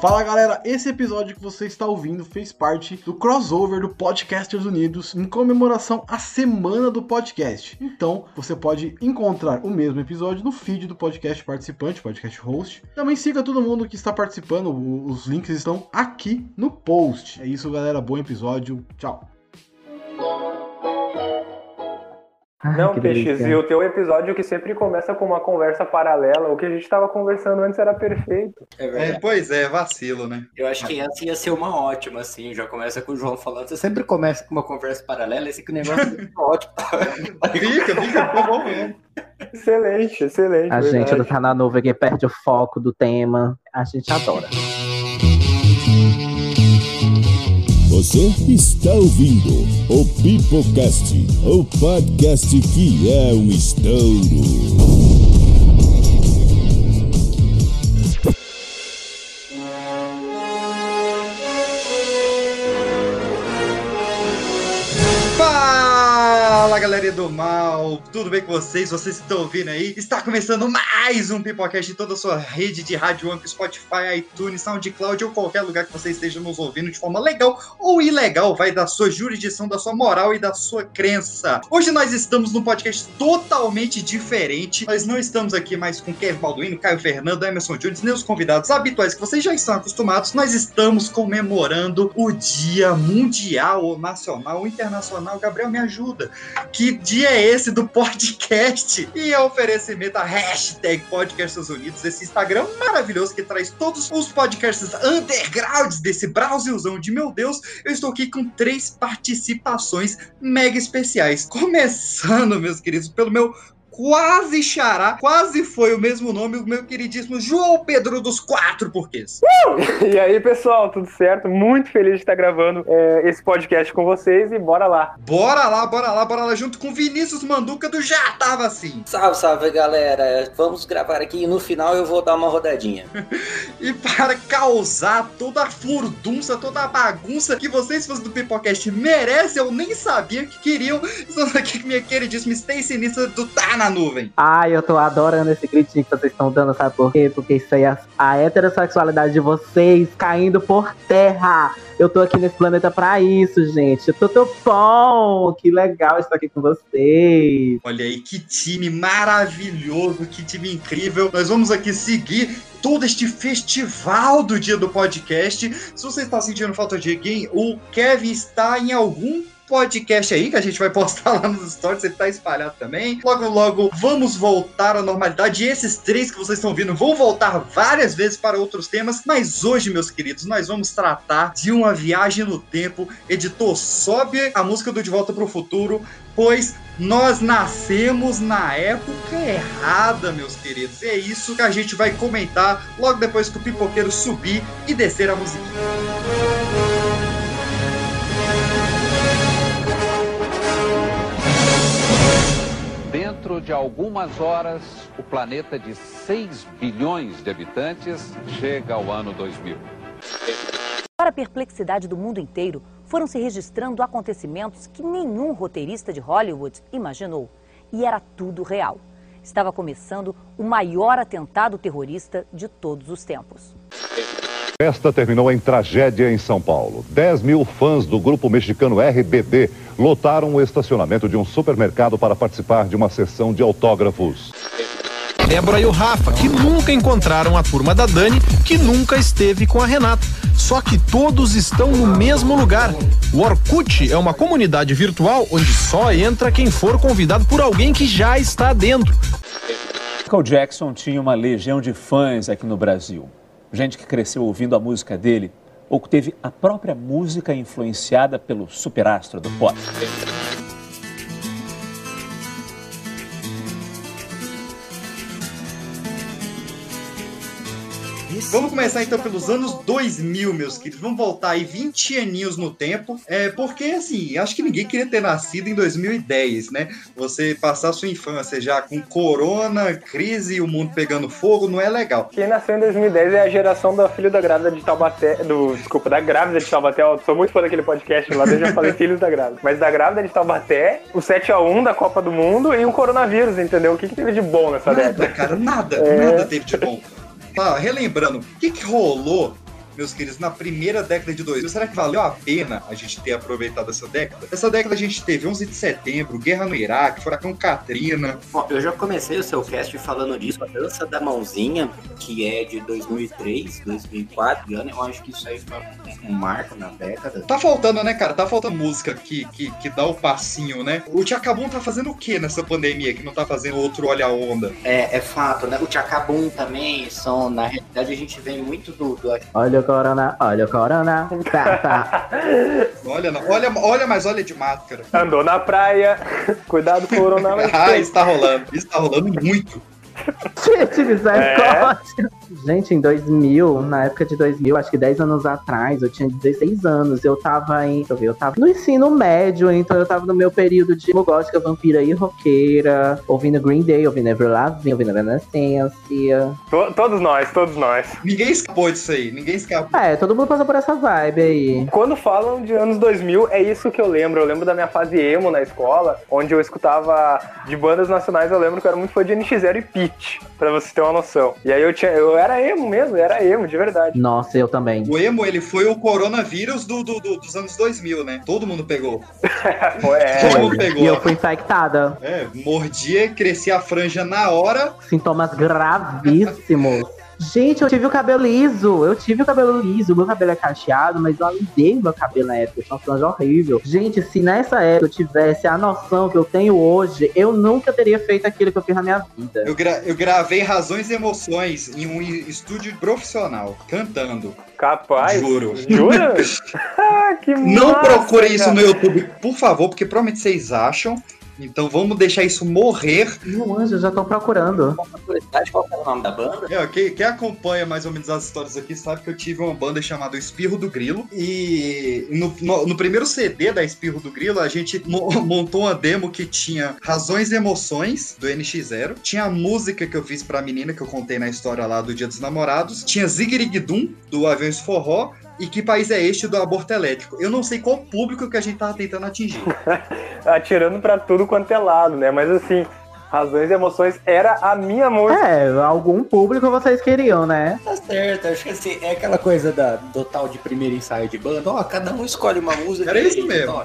Fala galera, esse episódio que você está ouvindo fez parte do crossover do Podcasters Unidos em comemoração à Semana do Podcast. Então, você pode encontrar o mesmo episódio no feed do podcast participante, podcast host. Também siga todo mundo que está participando, os links estão aqui no post. É isso galera, bom episódio, tchau. Não, Peixes, e o teu episódio que sempre começa com uma conversa paralela, o que a gente estava conversando antes era perfeito. É verdade. Pois é, vacilo, né? Eu acho que essa ia ser uma ótima, assim, já começa com o João falando, você sempre começa com uma conversa paralela, esse que o negócio é ótimo. Fica bom mesmo. Excelente. A verdade. gente do Canal Novo aqui perde o foco do tema, a gente adora. Você está ouvindo o Pipocast, o podcast que é um estouro. Fala galera do mal, tudo bem com vocês? Vocês estão ouvindo aí? Está começando mais um Pipocast em toda a sua rede de rádio, Anchor, Spotify, iTunes, SoundCloud ou qualquer lugar que você esteja nos ouvindo de forma legal ou ilegal, vai da sua jurisdição, da sua moral e da sua crença. Hoje nós estamos num podcast totalmente diferente, nós não estamos aqui mais com Kevin Balduino, Caio Fernando, Emerson Jones, nem os convidados habituais que vocês já estão acostumados. Nós estamos comemorando o Dia Mundial ou Nacional ou Internacional, Gabriel me ajuda. Que dia é esse do podcast? E é oferecimento a hashtag Podcasters Unidos, esse Instagram maravilhoso que traz todos os podcasts undergrounds desse Brasilzão de meu Deus. Eu estou aqui com 3 participações mega especiais. Começando, meus queridos, pelo meu quase xará, quase foi o mesmo nome, o meu queridíssimo João Pedro dos 4 porquês. E aí, pessoal, tudo certo? Muito feliz de estar gravando esse podcast com vocês e bora lá. Bora lá, junto com Vinícius Manduca do Já Tava Assim. Salve, galera. Vamos gravar aqui e no final eu vou dar uma rodadinha. E para causar toda a furdunça, toda a bagunça que vocês, fãs do Pipocast, merecem, eu nem sabia que queriam. Estamos aqui com minha queridíssima Stacy Nissa do Tá na Nuvem. Ai, eu tô adorando esse gritinho que vocês estão dando, sabe por quê? Porque isso aí é a heterossexualidade de vocês caindo por terra. Eu tô aqui nesse planeta pra isso, gente. Eu tô bom, que legal estar aqui com vocês. Olha aí, que time maravilhoso, que time incrível. Nós vamos aqui seguir todo este festival do dia do podcast. Se você está sentindo falta de alguém, o Kevin está em algum podcast aí que a gente vai postar lá nos stories, ele tá espalhado também. Logo vamos voltar à normalidade, e esses 3 que vocês estão vendo vão voltar várias vezes para outros temas, mas hoje, meus queridos, nós vamos tratar de uma viagem no tempo. Editor, sobe a música do De Volta para o Futuro, pois nós nascemos na época errada, meus queridos. E é isso que a gente vai comentar logo depois que o pipoqueiro subir e descer a musiquinha. Dentro de algumas horas, o planeta de 6 bilhões de habitantes chega ao ano 2000. Para a perplexidade do mundo inteiro, foram se registrando acontecimentos que nenhum roteirista de Hollywood imaginou. E era tudo real. Estava começando o maior atentado terrorista de todos os tempos. A festa terminou em tragédia em São Paulo. 10 mil fãs do grupo mexicano RBD lotaram o estacionamento de um supermercado para participar de uma sessão de autógrafos. Débora e o Rafa, que nunca encontraram a turma da Dani, que nunca esteve com a Renata. Só que todos estão no mesmo lugar. O Orkut é uma comunidade virtual onde só entra quem for convidado por alguém que já está dentro. Michael Jackson tinha uma legião de fãs aqui no Brasil. Gente que cresceu ouvindo a música dele ou que teve a própria música influenciada pelo superastro do pop. Vamos começar então pelos anos 2000, meus queridos. Vamos voltar aí 20 aninhos no tempo. Porque, assim, acho que ninguém queria ter nascido em 2010, né? Você passar a sua infância já com corona, crise e o mundo pegando fogo, não é legal. Quem nasceu em 2010 é a geração do filho da grávida de Taubaté. Da grávida de Taubaté. Eu sou muito fã daquele podcast lá, eu já falei filhos da grávida. Mas da grávida de Taubaté, o 7-1 da Copa do Mundo e o coronavírus, entendeu? O que teve de bom nessa década? Nada, cara, nada teve de bom. Tá, relembrando, o que rolou meus queridos, na primeira década de 2000. Será que valeu a pena a gente ter aproveitado essa década? Essa década a gente teve 11 de setembro, guerra no Iraque, furacão Katrina. Bom, eu já comecei o seu cast falando disso, a dança da mãozinha, que é de 2003, 2004, eu acho que isso aí foi um marco na década. Tá faltando, né, cara? Tá faltando música que dá o passinho, né? O Tchacabum tá fazendo o que nessa pandemia que não tá fazendo outro Olha a Onda? É fato, né? O Tchacabum também são, na realidade, a gente vem muito do... Olha o corona, olha o corona. Tá. Olha, mas olha de máscara. Andou na praia, cuidado com o corona. Isso tá rolando muito. Gente, misericórdia. Gente, em 2000, na época de 2000, acho que 10 anos atrás, eu tinha 16 anos, eu tava no ensino médio, então eu tava no meu período de gótica, vampira e roqueira, ouvindo Green Day, ouvindo Avril Lavigne, ouvindo Evanescence. Todos nós. Ninguém escapou disso aí, todo mundo passou por essa vibe aí. Quando falam de anos 2000, é isso que eu lembro da minha fase emo na escola, onde eu escutava de bandas nacionais, eu lembro que eu era muito fã de NX0 e Pitty, pra você ter uma noção. E aí eu era emo mesmo, de verdade. Nossa, eu também. O emo, ele foi o coronavírus dos anos 2000, né? Todo mundo pegou. Todo mundo pegou. E eu fui infectada. Mordia, crescia a franja na hora. Sintomas gravíssimos. Gente, eu tive o cabelo liso, meu cabelo é cacheado, mas eu aludei meu cabelo na época, eu tinha uma franja horrível. Gente, se nessa época eu tivesse a noção que eu tenho hoje, eu nunca teria feito aquilo que eu fiz na minha vida. Eu gravei Razões e Emoções em um estúdio profissional, cantando. Capaz? Juro. Jura? Que não massa, procurem isso no YouTube, por favor, porque provavelmente vocês acham. Então vamos deixar isso morrer. Meu anjo, eu já tô procurando. Qual é o nome da banda? Quem acompanha mais ou menos as histórias aqui sabe que eu tive uma banda chamada Espirro do Grilo. E no primeiro CD da Espirro do Grilo, a gente montou uma demo que tinha Razões e Emoções, do NX0. Tinha a música que eu fiz pra menina, que eu contei na história lá do Dia dos Namorados. Tinha Zigirigdum, do Aviões Forró. E Que País é Este, do Aborto Elétrico. Eu não sei qual público que a gente tava tentando atingir. Atirando pra tudo quanto é lado, né? Mas assim, Razões e Emoções era a minha música. Algum público vocês queriam, né? Tá certo, acho que assim, é aquela coisa do tal de primeiro ensaio de banda. Cada um escolhe uma música. Era isso mesmo.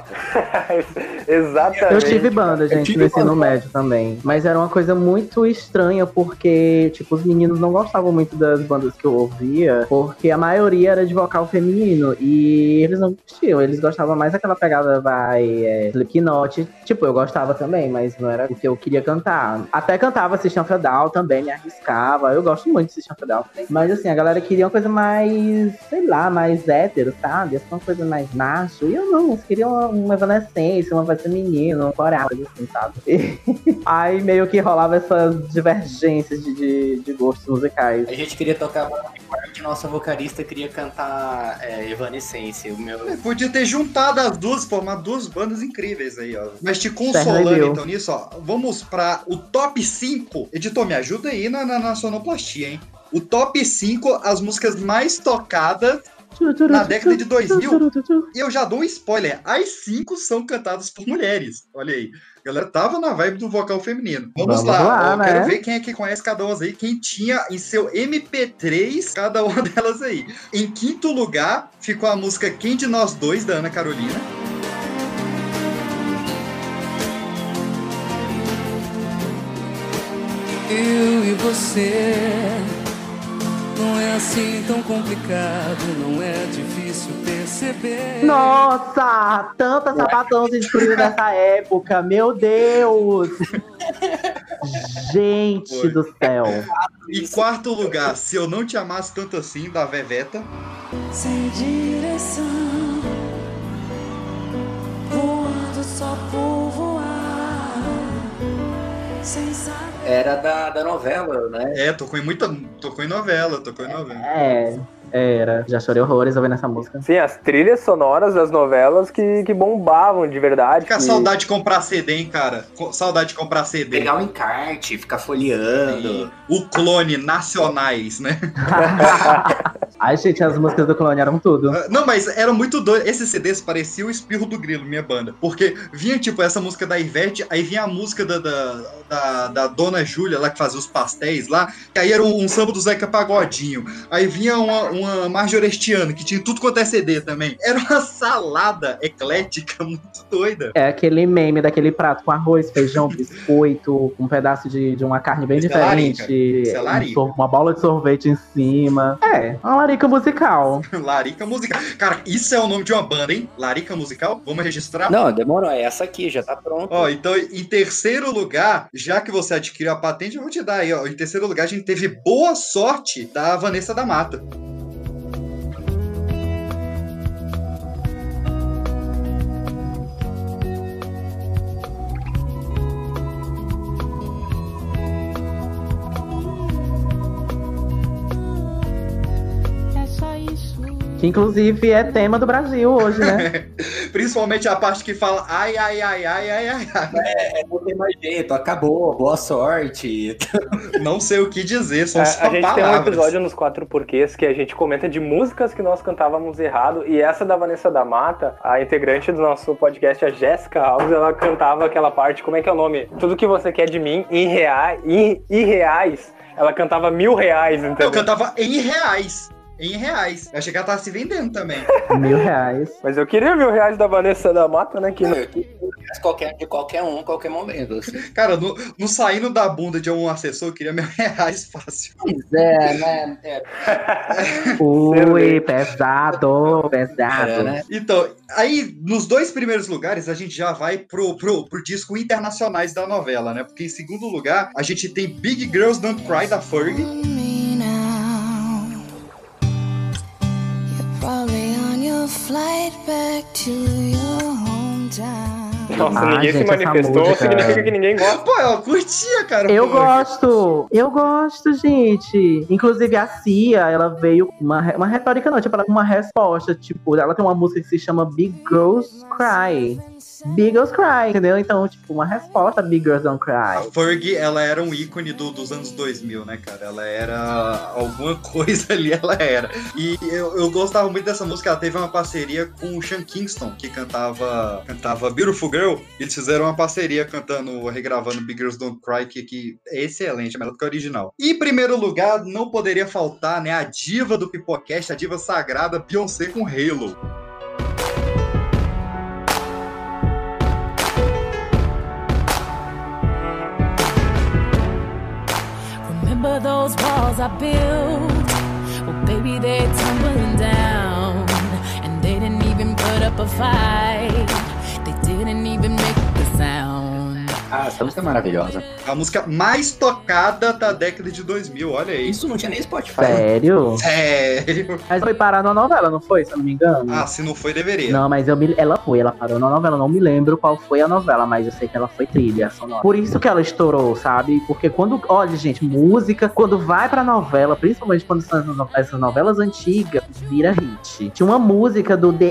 Exatamente. Eu tive banda, gente, no ensino médio também. Mas era uma coisa muito estranha, porque, tipo, os meninos não gostavam muito das bandas que eu ouvia, porque a maioria era de vocal feminino. E eles não curtiam, eles gostavam mais daquela pegada, Slipknot. Tipo, eu gostava também, mas não era o que eu queria cantar. Até cantava System of a Down também, me arriscava. Eu gosto muito de System of a Down. Mas assim, a galera queria uma coisa mais, sei lá, mais hétero, sabe? Uma coisa mais macho. E eu não, eles queriam uma Evanescence, uma voz feminina, uma coral, assim, sabe? E aí meio que rolava essas divergências de gostos musicais. A gente queria tocar que nossa vocalista queria cantar Evanescence. Podia ter juntado as duas, formar duas bandas incríveis aí, ó. Mas te consolando então nisso, ó. Vamos pra o top 5. Editor, me ajuda aí na sonoplastia, hein? O top 5, as músicas mais tocadas na década de 2000. E eu já dou um spoiler. As 5 são cantadas por mulheres. Olha aí. A galera tava na vibe do vocal feminino. Vamos lá. Eu quero ver quem é que conhece cada uma aí. Quem tinha em seu MP3 cada uma delas aí. Em quinto lugar, ficou a música Quem de Nós Dois, da Ana Carolina. Eu e você, não é assim tão complicado, não é difícil perceber. Nossa, tanta sapatão se descobriu nessa época, meu Deus! Gente do céu. Em quarto lugar, Se Eu Não Te Amasse Tanto Assim, da Veveta. Sem direção, voando só por voar, sem saber. Era da novela, né? Tocou em novela. Era. Já chorei horrores ouvindo essa música. Sim, as trilhas sonoras das novelas que bombavam de verdade. Fica saudade de comprar CD, hein, cara? Saudade de comprar CD. Pegar o encarte, ficar folheando. O clone nacionais, né? Ai, gente, as músicas do Clone eram tudo. Não, mas era muito doido. Esses CDs pareciam o Espirro do Grilo, minha banda. Porque vinha, tipo, essa música da Ivete, aí vinha a música da Dona Júlia, lá que fazia os pastéis lá, que aí era um samba do Zeca Pagodinho. Aí vinha uma Marjorestiana, que tinha tudo quanto é CD também. Era uma salada eclética muito doida. É aquele meme daquele prato com arroz, feijão, biscoito, um pedaço de uma carne bem diferente, uma bola de sorvete em cima. É, uma larica musical. Larica musical. Cara, isso é o nome de uma banda, hein? Larica musical? Vamos registrar? Não, demorou. É essa aqui, já tá pronto. Ó, então, em terceiro lugar, já que você adquiriu a patente, eu vou te dar aí, ó. Em terceiro lugar, a gente teve Boa Sorte, da Vanessa da Mata. Que inclusive é tema do Brasil hoje, né? Principalmente a parte que fala ai. Não tem mais jeito, acabou, boa sorte. Não sei o que dizer, são só a gente palavras. tem um episódio nos 4 Porquês que a gente comenta de músicas que nós cantávamos errado, e essa da Vanessa da Mata, a integrante do nosso podcast, a Jéssica Alves, ela cantava aquela parte, como é que é o nome? Tudo que você quer de mim, em reais. Ela cantava R$1.000, entendeu? Eu cantava em reais. Em reais. Eu achei que ela tava se vendendo também. R$1.000. Mas eu queria R$1.000 da Vanessa da Mata, né? De qualquer um, qualquer momento. Assim. Cara, no saindo da bunda de um assessor, eu queria R$1.000 fácil. Pois é, né? Ui, pesado. Né? Então, aí, nos 2 primeiros lugares, a gente já vai pro disco internacionais da novela, né? Porque em segundo lugar, a gente tem Big Girls Don't Cry, da Fergie. Probably on your flight back to your hometown. Nossa, ninguém se manifestou, significa que ninguém gosta. Pô, eu curtia, cara. Eu gosto, gente. Inclusive a Cia, ela veio uma retórica não, tipo, ela uma resposta, tipo, ela tem uma música que se chama Big Girls Cry. Big Girls Cry, entendeu? Então, tipo, uma resposta a Big Girls Don't Cry. A Fergie, ela era um ícone dos anos 2000, né, cara? Ela era alguma coisa ali, ela era. E eu gostava muito dessa música, ela teve uma parceria com o Sean Kingston, que cantava Beautiful Girl. Eles fizeram uma parceria regravando Big Girls Don't Cry, que é excelente, é melhor do que a original. E em primeiro lugar, não poderia faltar, né, a diva do Pipocast, a diva sagrada, Beyoncé com Halo. Remember those walls I built? Well, baby, they're tumbling down. And they didn't even put up a fight. They didn't even make the sound. Ah, essa música é maravilhosa. A música mais tocada da década de 2000, olha aí. Isso não tinha nem Spotify. Sério? Sério? Mas foi parar numa novela, não foi? Se eu não me engano. Ah, se não foi, deveria. Não, mas ela parou na novela. Não me lembro qual foi a novela, mas eu sei que ela foi trilha sonora. Por isso que ela estourou, sabe? Porque olha, gente, música, quando vai pra novela, principalmente quando são essas novelas antigas, vira hit. Tinha uma música do The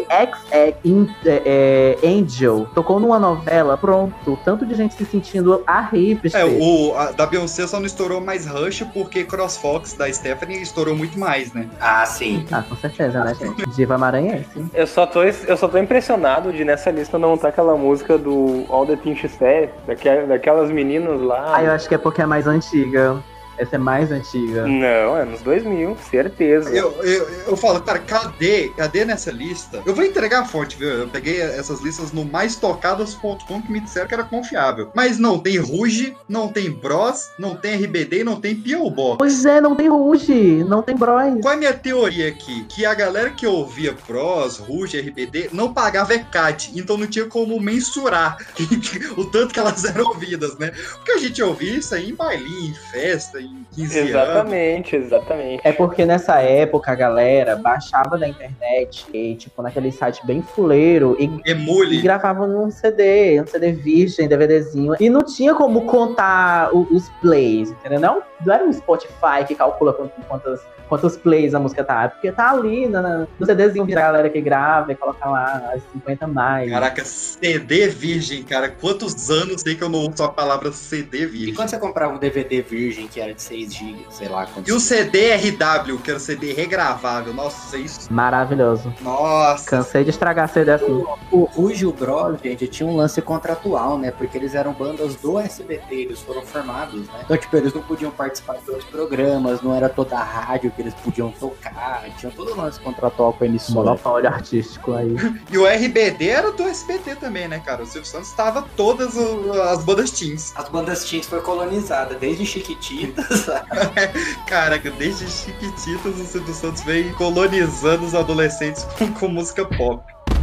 Angel, tocou numa novela, pronto, tanto de gente se sentindo a hipster. A da Beyoncé só não estourou mais Rush porque CrossFox da Stephanie estourou muito mais, né? Ah, sim. Ah, com certeza, né, gente? Diva maranhense. Eu só tô impressionado de nessa lista não estar aquela música do All the Things She Said, daquelas meninas lá. Ah, eu acho que é porque é mais antiga. Essa é mais antiga. Não, é nos 2000, certeza. Eu falo, cara, cadê nessa lista? Eu vou entregar a fonte, viu? Eu peguei essas listas no maistocadas.com que me disseram que era confiável. Mas não tem Ruge, não tem Bros, não tem RBD e não tem P.O. Box. Pois é, não tem Ruge, não tem Bros. Qual é a minha teoria aqui? Que a galera que ouvia Bros, Ruge, RBD não pagava ECAD, então não tinha como mensurar o tanto que elas eram ouvidas, né? Porque a gente ouvia isso aí em bailinho, em festa, em 15 Exatamente. É porque nessa época a galera baixava da internet e, tipo, naquele site bem fuleiro e gravava num CD virgem, DVDzinho. E não tinha como contar os plays, entendeu? Não era um Spotify que calcula quantos plays a música tá. Porque tá ali no CDzinho da galera que grava e coloca lá as 50 mais. Caraca, CD virgem, cara. Quantos anos tem que eu não ouço a palavra CD virgem? E quando você comprava um DVD virgem que era de 6 GB, sei lá. E o CD RW, que era o CD regravável, nossa, isso... Maravilhoso. Nossa. Cansei de estragar CD assim. O Gil Bros, gente, tinha um lance contratual, né? Porque eles eram bandas do SBT, eles foram formados, né? Então, tipo, eles não podiam participar de outros programas, não era toda a rádio que eles podiam tocar, tinha todo o lance contratual com a emissora. Monopólio artístico aí. E o RBD era do SBT também, né, cara? O Silvio Santos estava todas as bandas teens. As bandas teens foi colonizada, desde Chiquititas. Caraca, desde Chiquititas o Silvio Santos veio colonizando os adolescentes com música pop.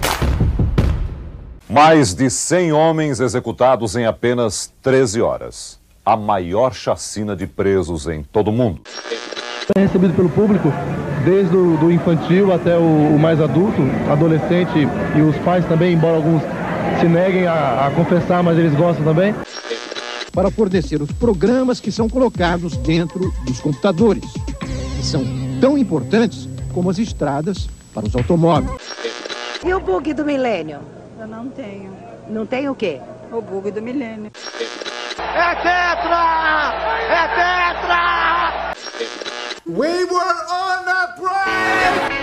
Mais de 100 homens executados em apenas 13 horas. A maior chacina de presos em todo o mundo. É recebido pelo público, desde o infantil até o mais adulto, adolescente e os pais também, embora alguns se neguem a confessar, mas eles gostam também. Para fornecer os programas que são colocados dentro dos computadores, que são tão importantes como as estradas para os automóveis. E o bug do milênio? Eu não tenho. Não tem o quê? O bug do milênio. É tetra! É tetra! We were on a break!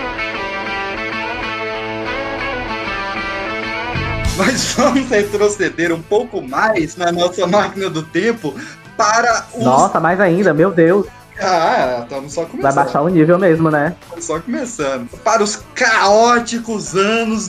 Mas vamos retroceder um pouco mais na nossa máquina do tempo para os... Nossa, mais ainda, meu Deus. Ah, estamos só começando. Vai baixar o nível mesmo, né? Só começando. Para os caóticos anos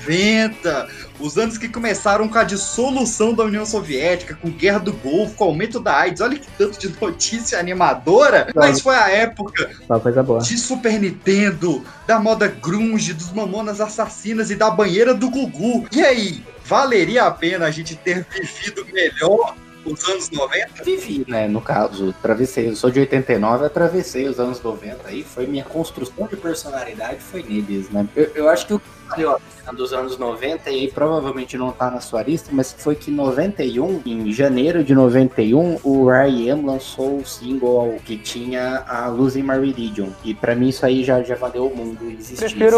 90, os anos que começaram com a dissolução da União Soviética, com Guerra do Golfo, com o aumento da AIDS. Olha que tanto de notícia animadora. Mas foi a época coisa boa. De Super Nintendo, da moda grunge, dos Mamonas Assassinas e da banheira do Gugu. E aí, valeria a pena a gente ter vivido melhor os anos 90? Vivi, né? No caso, atravessei. Eu sou de 89, atravessei os anos 90. Aí foi minha construção de personalidade, foi neles, né? Eu acho que o que valeu a pena dos anos 90, e aí provavelmente não tá na sua lista, mas foi que em 91, em janeiro de 91, o R.E.M. lançou o single que tinha a Losing My Religion. E pra mim isso aí já valeu o mundo existir. Prefiro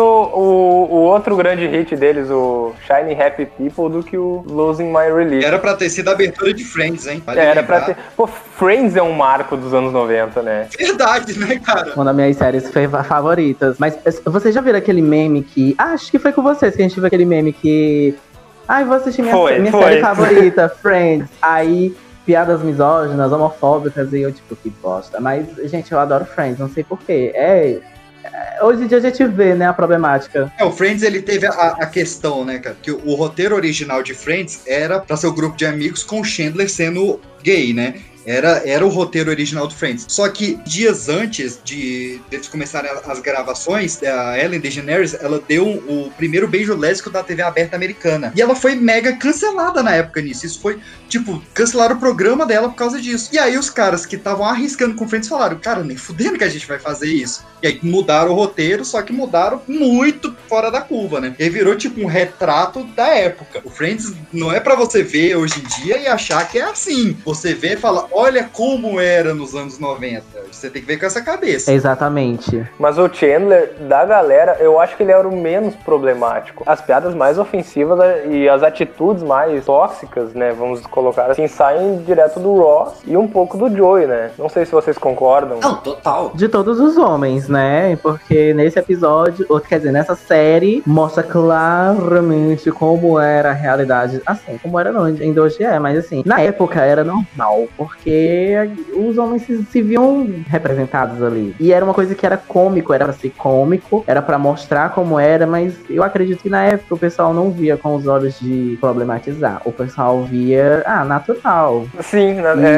o outro grande hit deles, o Shiny Happy People, do que o Losing My Religion. Era pra ter sido a abertura de Friends, hein? Vale era pra ter... Pô, Friends é um marco dos anos 90, né? Verdade, né, cara? Uma das minhas séries favoritas. Mas vocês já viram aquele meme que... acho que foi com vocês que a gente viu aquele meme que... vou assistir minha série favorita, Friends. Aí, piadas misóginas, homofóbicas, e eu tipo, que bosta. Mas, gente, eu adoro Friends, não sei porquê. Hoje em dia a gente vê, né, a problemática. O Friends, ele teve a questão, né, cara, que o roteiro original de Friends era pra ser o grupo de amigos com o Chandler sendo gay, né? Era o roteiro original do Friends. Só que dias antes de eles começarem as gravações, a Ellen DeGeneres, ela deu o primeiro beijo lésbico da TV aberta americana. E ela foi mega cancelada na época nisso. Isso foi, tipo, cancelaram o programa dela por causa disso. E aí os caras que estavam arriscando com Friends falaram, cara, nem fudendo que a gente vai fazer isso. E aí mudaram o roteiro, só que mudaram muito fora da curva, né? E aí virou, tipo, um retrato da época. O Friends não é pra você ver hoje em dia e achar que é assim. Você vê e fala, olha como era nos anos 90. Você tem que ver com essa cabeça. Exatamente. Mas o Chandler, da galera, eu acho que ele era o menos problemático. As piadas mais ofensivas e as atitudes mais tóxicas, né, vamos colocar assim, saem direto do Ross e um pouco do Joey, né? Não sei se vocês concordam. Não, total. De todos os homens, né? Porque nesse episódio, ou quer dizer, nessa série, mostra claramente como era a realidade. Assim, como era não, ainda hoje é, mas assim, na época era normal, porque os homens se viam representados ali. E era uma coisa que era cômico, era pra ser cômico, era pra mostrar como era, mas eu acredito que na época o pessoal não via com os olhos de problematizar. O pessoal via, natural. Sim,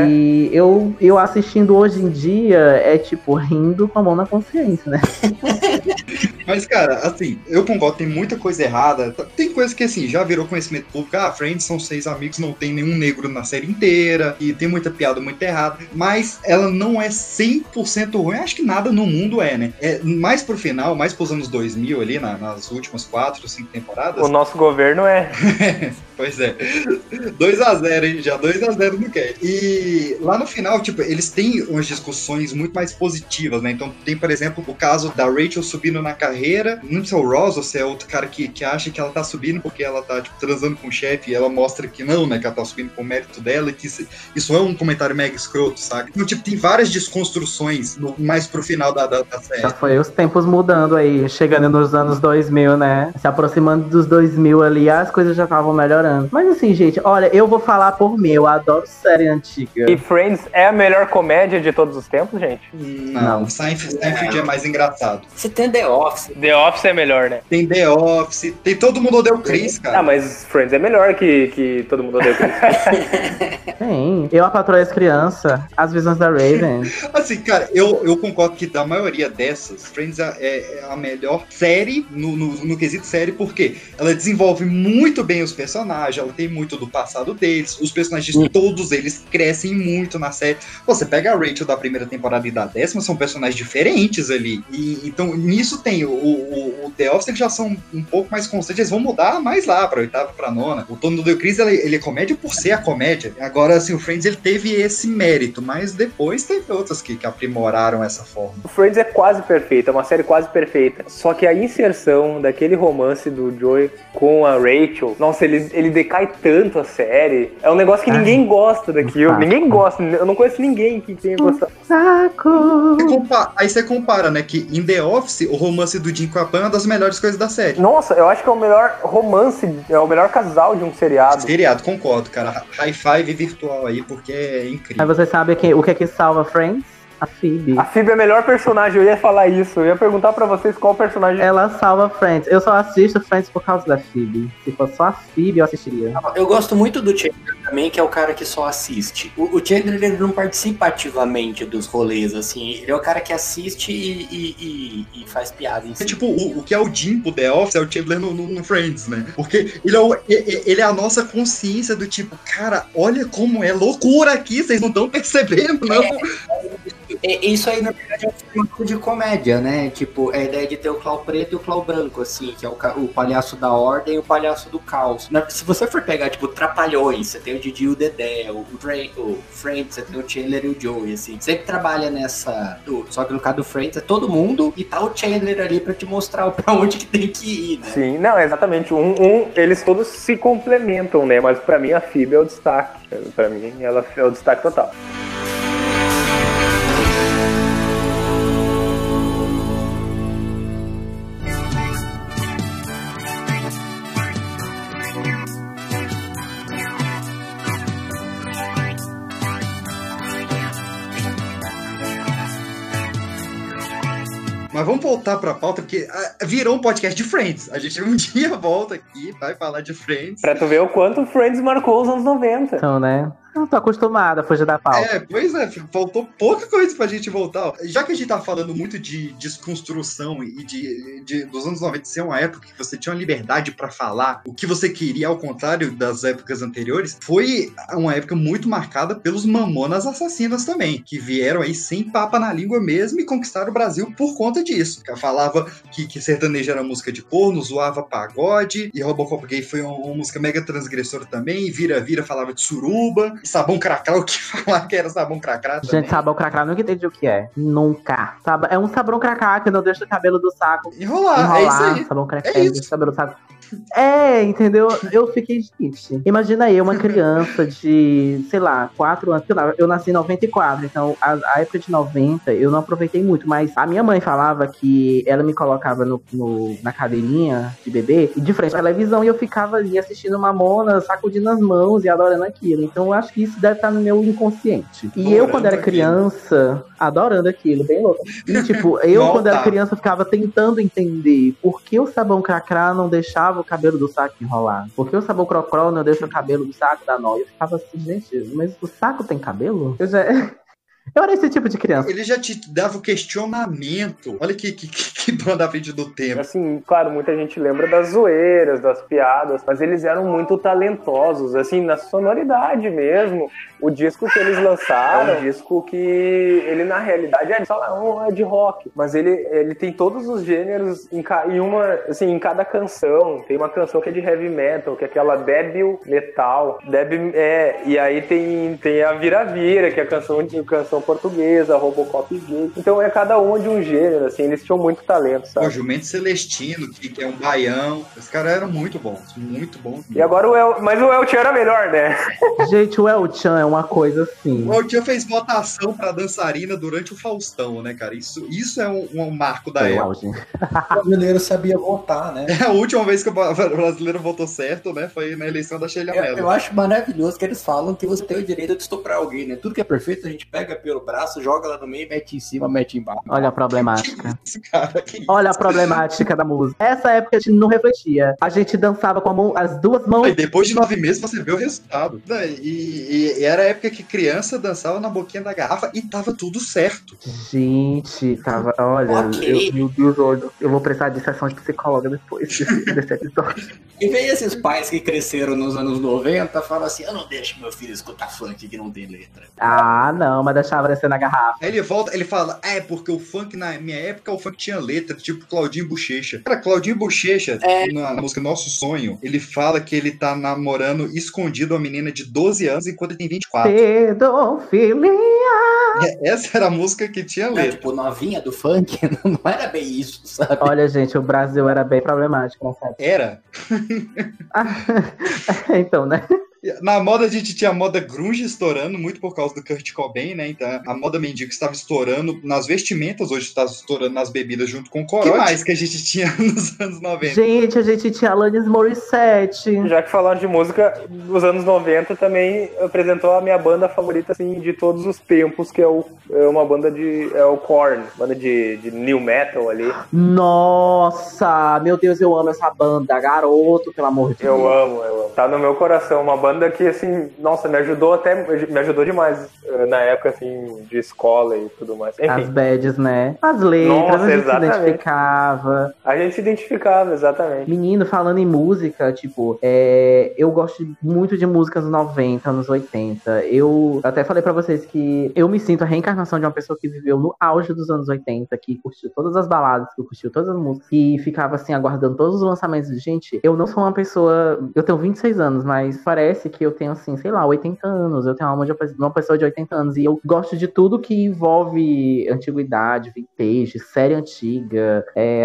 E eu assistindo hoje em dia, é tipo, rindo com a mão na consciência, né? Mas, cara, assim, eu concordo, tem muita coisa errada. Tem coisa que, assim, já virou conhecimento público. Friends são 6 amigos, não tem nenhum negro na série inteira, e tem muita piada muito errada, mas ela não é 100% ruim. Acho que nada no mundo é, né? Mais pro final, mais pros anos 2000 ali, nas últimas 4 ou 5 temporadas. O nosso governo é... Pois é. 2-0, hein? Já 2-0 no cast. E lá no final, tipo, eles têm umas discussões muito mais positivas, né? Então tem, por exemplo, o caso da Rachel subindo na carreira. Não sei se é o Ross ou se é outro cara que acha que ela tá subindo subindo porque ela tá, tipo, transando com o chefe e ela mostra que não, né, que ela tá subindo com o mérito dela e que isso é um comentário mega escroto, sabe? Então, tipo, tem várias desconstruções mais pro final da série. Já foi os tempos mudando aí, chegando nos anos 2000, né? Se aproximando dos 2000 ali, as coisas já estavam melhorando. Mas assim, gente, olha, eu vou falar por mim, eu adoro série antiga. E Friends é a melhor comédia de todos os tempos, gente? Não. Seinfeld é mais engraçado. Você tem The Office. The Office é melhor, né? Tem The Office, tem Todo Mundo Odeia o Chris, cara. Ah, mas Friends é melhor que Todo Mundo Odeia o Chris. Tem. Eu, a Patroa e as Crianças, As Visões da Raven. Assim, cara, eu concordo que da maioria dessas, Friends é a melhor série no quesito série, porque ela desenvolve muito bem os personagens, ela tem muito do passado deles, os personagens, todos eles crescem muito na série. Você pega a Rachel da primeira temporada e da 10ª, são personagens diferentes ali. E, então, nisso tem o The Office, eles já são um pouco mais constantes, eles vão mudar mais lá pra 8ª, pra 9ª. O Todo Mundo Odeia o Chris, ele é comédia por ser a comédia. Agora, assim, o Friends, ele teve esse mérito, mas depois teve outras que aprimoraram essa forma. O Friends é quase perfeito, é uma série quase perfeita. Só que a inserção daquele romance do Joey com a Rachel, nossa, ele decai tanto a série. É um negócio que ninguém gosta daquilo. Ninguém gosta. Eu não conheço ninguém que tenha gostado. Saco! Aí você compara, né, que em The Office, o romance do Jim com a Pam é uma das melhores coisas da série. Nossa, eu acho que é o melhor romance, é o melhor casal de um seriado. Seriado, concordo, cara. High five virtual aí, porque é incrível. Mas você sabe o que é que salva Friends? A Phoebe. A Phoebe é a melhor personagem, eu ia falar isso. Eu ia perguntar pra vocês qual personagem... Ela salva Friends. Eu só assisto Friends por causa da Phoebe. Se fosse só a Phoebe, eu assistiria. Eu gosto muito do Chandler também, que é o cara que só assiste. O Chandler, ele não participa ativamente dos rolês, assim. Ele é o cara que assiste e faz piada em si. É tipo, o que é o Jim pro The Office é o Chandler no Friends, né? Porque ele é a nossa consciência do tipo, cara, olha como é loucura aqui, vocês não estão percebendo, não? Isso aí, na verdade, é um formato de comédia, né? Tipo, é a ideia de ter o Clau preto e o Clau branco, assim, que é o palhaço da ordem e o palhaço do caos. Se você for pegar, tipo, Trapalhões, você tem o Didi e o Dedé, o Friends, você tem o Chandler e o Joey, assim. Sempre trabalha nessa... Só que no caso do Friends é todo mundo e tá o Chandler ali pra te mostrar pra onde que tem que ir, né? Sim, não, exatamente. Eles todos se complementam, né? Mas pra mim a Phoebe é o destaque. Pra mim ela é o destaque total. Mas vamos voltar pra pauta, porque virou um podcast de Friends. A gente um dia volta aqui, vai falar de Friends. Pra tu ver o quanto o Friends marcou os anos 90. Então, né? Eu tô acostumada a fugir da pauta. Pois é, faltou pouca coisa pra gente voltar. Já que a gente tá falando muito de desconstrução e dos anos 90 ser uma época que você tinha uma liberdade pra falar o que você queria, ao contrário das épocas anteriores, foi uma época muito marcada pelos Mamonas Assassinas também, que vieram aí sem papa na língua mesmo e conquistaram o Brasil por conta disso. Falava que sertanejo era música de corno, zoava pagode, e Robocop Gay foi uma música mega transgressora também, e Vira-Vira falava de suruba, Sabão Cracrá, o que falar que era Sabão Cracrá também. Gente, Sabão Cracrá, nunca entendi o que é. Nunca. É um Sabão Cracrá que não deixa o cabelo do saco enrolar. É isso aí. Sabão Cracrá que deixa o cabelo do saco. Entendeu? Eu fiquei, gente. Imagina eu, uma criança de, sei lá, 4 anos. Eu nasci em 94, então a época de 90 eu não aproveitei muito, mas a minha mãe falava que ela me colocava na cadeirinha de bebê e de frente à televisão e eu ficava ali assistindo Mamonas, sacudindo as mãos e adorando aquilo. Então eu acho que isso deve estar no meu inconsciente. E eu, quando era criança, adorando aquilo, bem louco. E tipo, quando era criança, ficava tentando entender por que o Sabão Cracrá não deixava o cabelo do saco enrolar. Por que o Sabão Crocró não deixa o cabelo do saco da nóia? Eu ficava assim, gente, mas o saco tem cabelo? Eu era esse tipo de criança. Ele já te dava o questionamento. Olha que banda à frente do tempo. Assim, claro, muita gente lembra das zoeiras, das piadas, mas eles eram muito talentosos, assim, na sonoridade mesmo. O disco que eles lançaram é um disco que ele, na realidade, é de rock, mas ele tem todos os gêneros em cada canção. Tem uma canção que é de heavy metal, que é aquela Débil Metal. E aí tem a Vira-Vira, que é a canção versão portuguesa, Robocop gay. Então é cada uma de um gênero, assim, eles tinham muito talento, sabe? O Jumento Celestino, que é um baião. Os caras eram muito bons mesmo. E agora mas o El Chan era melhor, né? Gente, o El Chan é uma coisa assim. O El Chan fez votação pra dançarina durante o Faustão, né, cara? Isso é um marco da época. O brasileiro sabia votar, né? A última vez que o brasileiro votou certo, né, foi na eleição da Sheila Mello. Eu acho maravilhoso que eles falam que você tem o direito de estuprar alguém, né? Tudo que é perfeito, a gente pega pelo braço, joga lá no meio, mete em cima, mete embaixo. Olha a problemática. Cara, Olha a problemática da música. Essa época a gente não refletia. A gente dançava com as duas mãos. E depois de 9 meses você vê o resultado. E era a época que criança dançava na boquinha da garrafa e tava tudo certo. Gente, tava... Olha, Ok. meu Deus, olha, eu vou precisar de sessão de psicóloga depois desse episódio. E vem esses pais que cresceram nos anos 90 falam assim, eu não deixo meu filho escutar funk que não tem letra. Ah, não, mas deixava descer na garrafa. Aí ele volta, ele fala, porque o funk na minha época, o funk tinha letra, tipo Claudinho Bochecha. Cara, Claudinho Bochecha, na música Nosso Sonho, ele fala que ele tá namorando escondido uma menina de 12 anos enquanto ele tem 24. Pedofilia. Essa era a música que tinha letra. Tipo, novinha do funk, não era bem isso, sabe? Olha, gente, o Brasil era bem problemático nessa época. Era. Então, né? Na moda a gente tinha a moda grunge estourando, muito por causa do Kurt Cobain, né? Então a moda mendigo estava estourando nas vestimentas, hoje está estourando nas bebidas junto com o corote. O que mais que a gente tinha nos anos 90? Gente, a gente tinha Alanis Morissette. Já que falaram de música, nos anos 90 também apresentou a minha banda favorita, assim, de todos os tempos, que é uma banda é o Korn, banda de new metal ali. Nossa, meu Deus, eu amo essa banda, garoto, pelo amor de Deus. Eu amo. Tá no meu coração, uma banda que, assim, nossa, me ajudou demais na época, assim, de escola e tudo mais. Enfim. As badges, né? As letras, nossa, a gente exatamente. se identificava. A gente se identificava, exatamente. Menino, falando em música, tipo, eu gosto muito de músicas dos 90, anos 80. Eu até falei pra vocês que eu me sinto a reencarnação de uma pessoa que viveu no auge dos anos 80, que curtiu todas as baladas, que curtiu todas as músicas, que ficava, assim, aguardando todos os lançamentos. Gente, eu não sou uma pessoa... Eu tenho 26 anos, mas parece que eu tenho, assim, sei lá, 80 anos. Eu tenho a alma de uma pessoa de 80 anos. E eu gosto de tudo que envolve antiguidade, vintage, série antiga,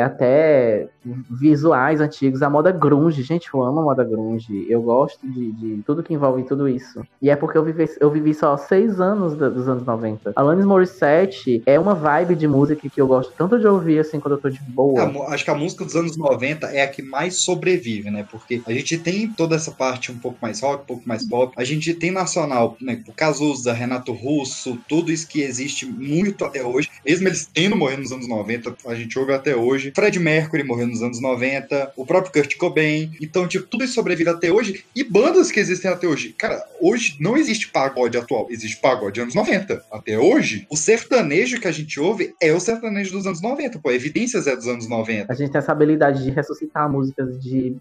até visuais antigos. A moda grunge. Gente, eu amo a moda grunge. Eu gosto de tudo que envolve tudo isso. E é porque eu vivi só 6 anos dos anos 90. Alanis Morissette é uma vibe de música que eu gosto tanto de ouvir, assim, quando eu tô de boa. Acho que a música dos anos 90 é a que mais sobrevive, né? Porque a gente tem toda essa parte um pouco mais rock, um pouco mais pop. A gente tem nacional, né? O Cazuza, Renato Russo, tudo isso que existe muito até hoje. Mesmo eles tendo morrido nos anos 90, a gente ouve até hoje. Fred Mercury morreu nos anos 90, o próprio Kurt Cobain. Então, tipo, tudo isso sobrevive até hoje. E bandas que existem até hoje. Cara, hoje não existe pagode atual, existe pagode anos 90. Até hoje, o sertanejo que a gente ouve é o sertanejo dos anos 90, pô. Evidências é dos anos 90. A gente tem essa habilidade de ressuscitar músicas de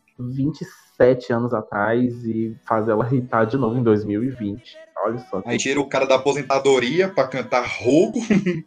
27 anos atrás e fazer ela hitar de novo em 2020. Olha só. Aí tira o cara da aposentadoria pra cantar rouco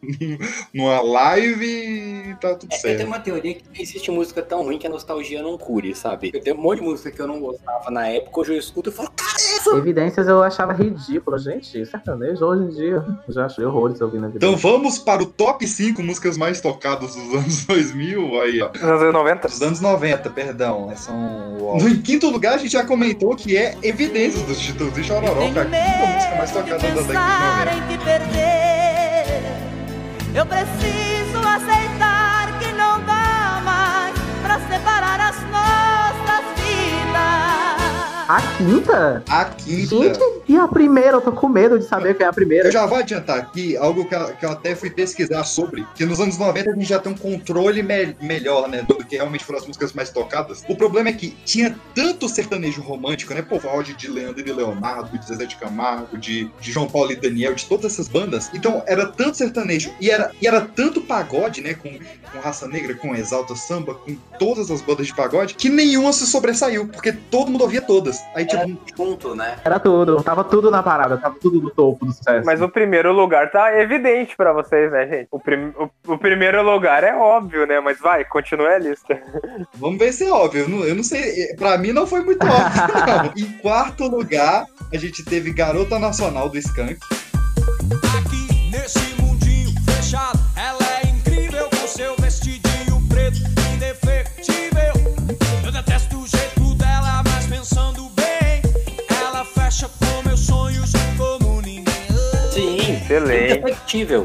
numa live e tá tudo certo. Eu tenho uma teoria que não existe música tão ruim que a nostalgia não cure, sabe? Eu tenho um monte de música que eu não gostava na época, hoje eu escuto e falo, caramba! Evidências eu achava ridículo, gente. Sertanejo hoje em dia, eu já achei horrores ouvindo a vida. Então vamos para o top 5 músicas mais tocadas dos anos 2000, aí ó. Dos anos 90? Dos anos 90, perdão. No quinto lugar a gente já comentou que é Evidências dos Titãs e Chororó, cara. Que música mais tocada da década de 90. Em te perder, eu preciso aceitar que não dá mais pra separar as nossas vidas. A quinta? A quinta. Gente, e a primeira? Eu tô com medo de saber quem é a primeira. Eu já vou adiantar aqui algo que eu até fui pesquisar sobre, que nos anos 90 a gente já tem um controle melhor, né, do que realmente foram as músicas mais tocadas. O problema é que tinha tanto sertanejo romântico, né, pô, áudio de Leandro e Leonardo, de Zezé de Camargo, de João Paulo e Daniel, de todas essas bandas. Então era tanto sertanejo e era tanto pagode, né, com Raça Negra, com Exalta Samba, com todas as bandas de pagode, que nenhuma se sobressaiu, porque todo mundo ouvia todas. Aí, tipo, junto, né? Era tudo, tava tudo na parada, tava tudo no topo do sucesso. Mas o primeiro lugar tá evidente pra vocês, né, gente? O primeiro lugar é óbvio, né? Mas vai, continue a lista. Vamos ver se é óbvio. Eu não sei, pra mim não foi muito óbvio, não. Em quarto lugar, a gente teve Garota Nacional do Skank. Aqui Nesse mundinho fechado, ela é incrível com seu vestidinho preto indefectível. Eu detesto o jeito dela, mas pensando bem, ela fecha com meus sonhos como ninguém. Sim, excelente. Indefectível.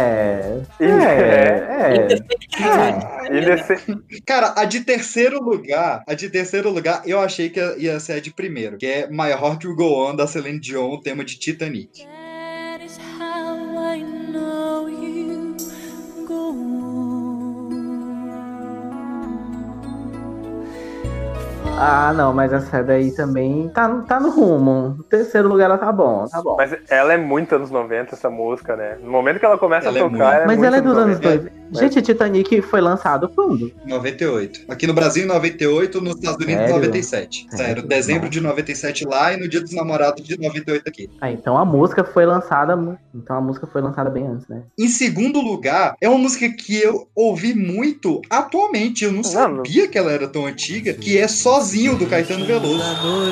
Cara, a de terceiro lugar, eu achei que ia ser a de primeiro, que é My Heart Will Go On, da Celine Dion, o tema de Titanic. That is how I know you go Ah, não, mas essa daí também tá no rumo. No terceiro lugar ela tá bom. Mas ela é muito anos 90, essa música, né? No momento que ela começa Ela a é tocar, muito. ela é Mas muito ela é dos anos 90. 2000. Gente, Titanic foi lançado quando? 98. Aqui no Brasil, em 98, nos Estados Unidos, em Sério? 97. Sério, dezembro de 97 lá e no Dia dos Namorados de 98 aqui. Ah, então a música foi lançada. Então a música foi lançada bem antes, né? Em segundo lugar, é uma música que eu ouvi muito atualmente. Eu não sabia que ela era tão antiga, que é Sozinho, do Caetano Veloso.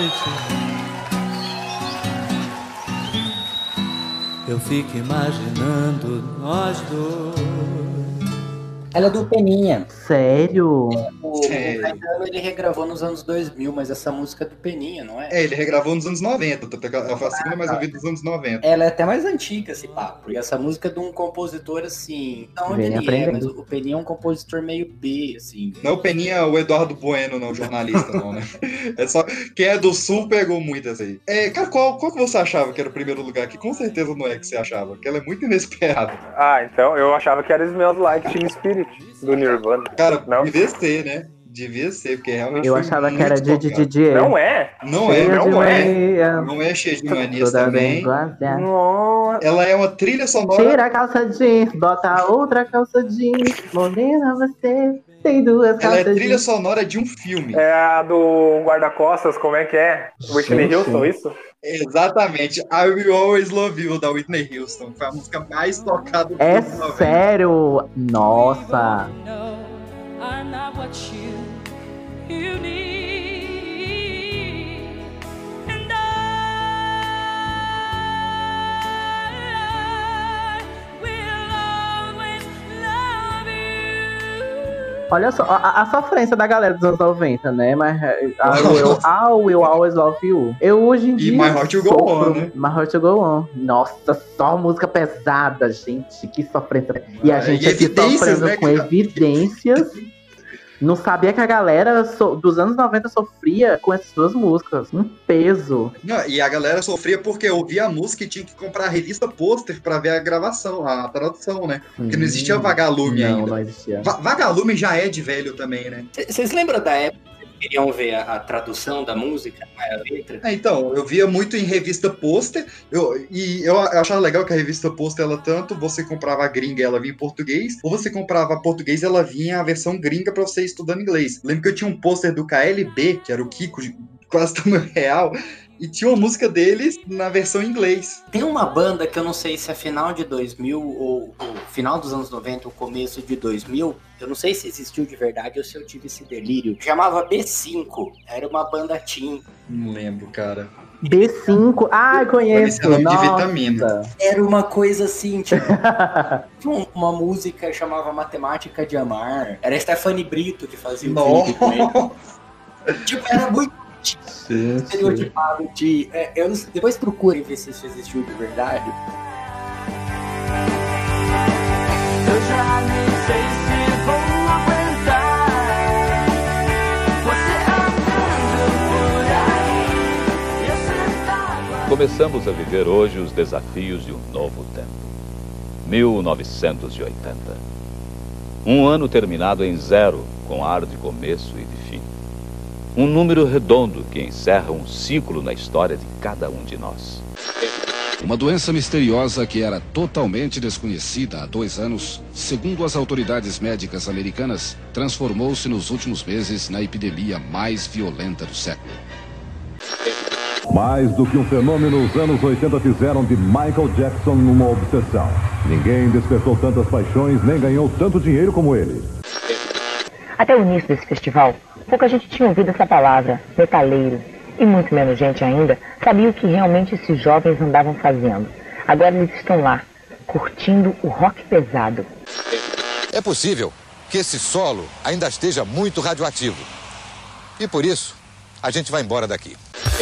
Eu fico imaginando nós dois. Ela é do Peninha. Sério? O Caetano, ele regravou nos anos 2000, mas essa música é do Peninha, não é? É, ele regravou nos anos 90. Ela foi a segunda mais ouvida dos anos 90. Ela é até mais antiga, esse papo. E essa música é de um compositor, assim... Da onde Vem ele é, mas aprendendo. o Peninha é um compositor meio B, assim. Não é o Peninha, o Eduardo Bueno, não, jornalista, não, né? É só... Quem é do Sul pegou muitas aí. Cara, qual que você achava que era o primeiro lugar? Que com certeza não é que você achava, porque ela é muito inesperada. Ah, então eu achava que era Smells Like Teen Spirit, do Nirvana. Cara, não? devia ser, né? Devia ser, porque realmente Eu foi achava que muito era tocado. DJ. Não é? Não é, Cheia de não é. mania. Não é cheia de manias Toda também. bem guardada. Nossa. Ela é uma trilha sonora. Tira a calça jeans, bota outra calça jeans. Morena você tem duas Ela é calças trilha jeans. sonora de um filme. É a do guarda-costas, como é que é? Whitney Gente. Houston, isso? Exatamente. I Will Always Love You, da Whitney Houston. Foi a música mais tocada do É anos 90. sério? Nossa. are not what you need. And I will always love you. Olha só, a sofrência da galera dos anos 90, né? Mas I will always love you. Eu hoje em dia. My Heart Will Go sofro, On, né? My Heart Will Go On. Nossa, só música pesada, gente. Que sofrência. E a gente e aqui evidências, sofrendo né, com cara? evidências. Não sabia que a galera dos anos 90 sofria com essas duas músicas. Um peso. Não, e a galera sofria porque ouvia a música e tinha que comprar a revista pôster pra ver a gravação, a tradução, né? Porque não existia Vagalume ainda. Não existia. Vagalume já é de velho também, né? Vocês lembram da época que vocês queriam ver a tradução da música, não era a letra? Então, eu via muito em revista pôster, eu achava legal que a revista pôster, ela tanto você comprava a gringa, ela vinha em português, ou você comprava a português, ela vinha a versão gringa pra você ir estudando inglês. Lembro que eu tinha um pôster do KLB, que era o Kiko, quase tamanho real, e tinha uma música deles na versão em inglês. Tem uma banda que eu não sei se é final de 2000 ou final dos anos 90 ou começo de 2000, eu não sei se existiu de verdade ou se eu tive esse delírio. Chamava B5, era uma banda teen. Não lembro, cara. B5, conheço. Esse é nome de Nossa. vitamina. Era uma coisa assim, tipo, tinha uma música chamava Matemática de Amar. Era a Stephanie Brito que fazia o clipe com ele. Tipo, era muito estereotipado de... depois procurem ver se isso existiu de verdade. Eu já nem sei se vou aguentar você andando por aí. Essa tábua. Começamos a viver hoje os desafios de um novo tempo. 1980. Um ano terminado em zero, com ar de começo e de fim. Um número redondo que encerra um ciclo na história de cada um de nós. Uma doença misteriosa que era totalmente desconhecida há 2 anos, segundo as autoridades médicas americanas, transformou-se nos últimos meses na epidemia mais violenta do século. Mais do que um fenômeno, os anos 80 fizeram de Michael Jackson uma obsessão. Ninguém despertou tantas paixões nem ganhou tanto dinheiro como ele. Até o início desse festival, pouca gente tinha ouvido essa palavra, metaleiro. E muito menos gente ainda sabia o que realmente esses jovens andavam fazendo. Agora eles estão lá, curtindo o rock pesado. É possível que esse solo ainda esteja muito radioativo. E por isso, a gente vai embora daqui.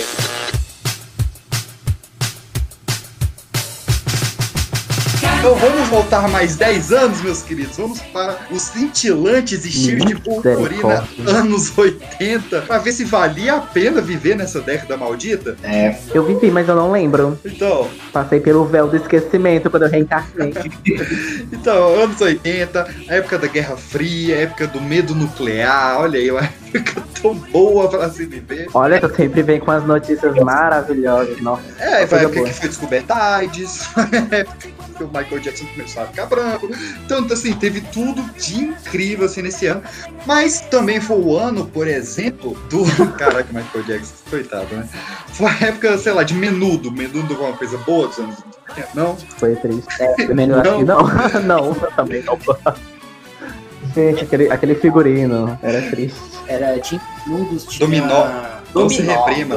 Então vamos voltar mais 10 anos, meus queridos. Vamos para os cintilantes estilos de purpurina anos 80, para ver se valia a pena viver nessa década maldita. Eu vivi, mas eu não lembro. Então, passei pelo véu do esquecimento quando eu reencarnei. Então, anos 80, a época da Guerra Fria, a época do medo nuclear. Olha aí, uma época tão boa para se viver. Olha, tu sempre vem com as notícias maravilhosas. Nossa, foi a época que foi descoberta a AIDS, que o Michael Jackson começou a ficar branco. Tanto assim, teve tudo de incrível assim nesse ano. Mas também foi o ano, por exemplo, do... Caraca, Michael Jackson, coitado, né? Foi a época, sei lá, de Menudo. Menudo alguma coisa boa dos anos 80, não? Foi triste. Menudo acho que não. Não, também não. Gente, aquele figurino era triste. Era tinha nudos, tinha... Dominó. Não se reprima.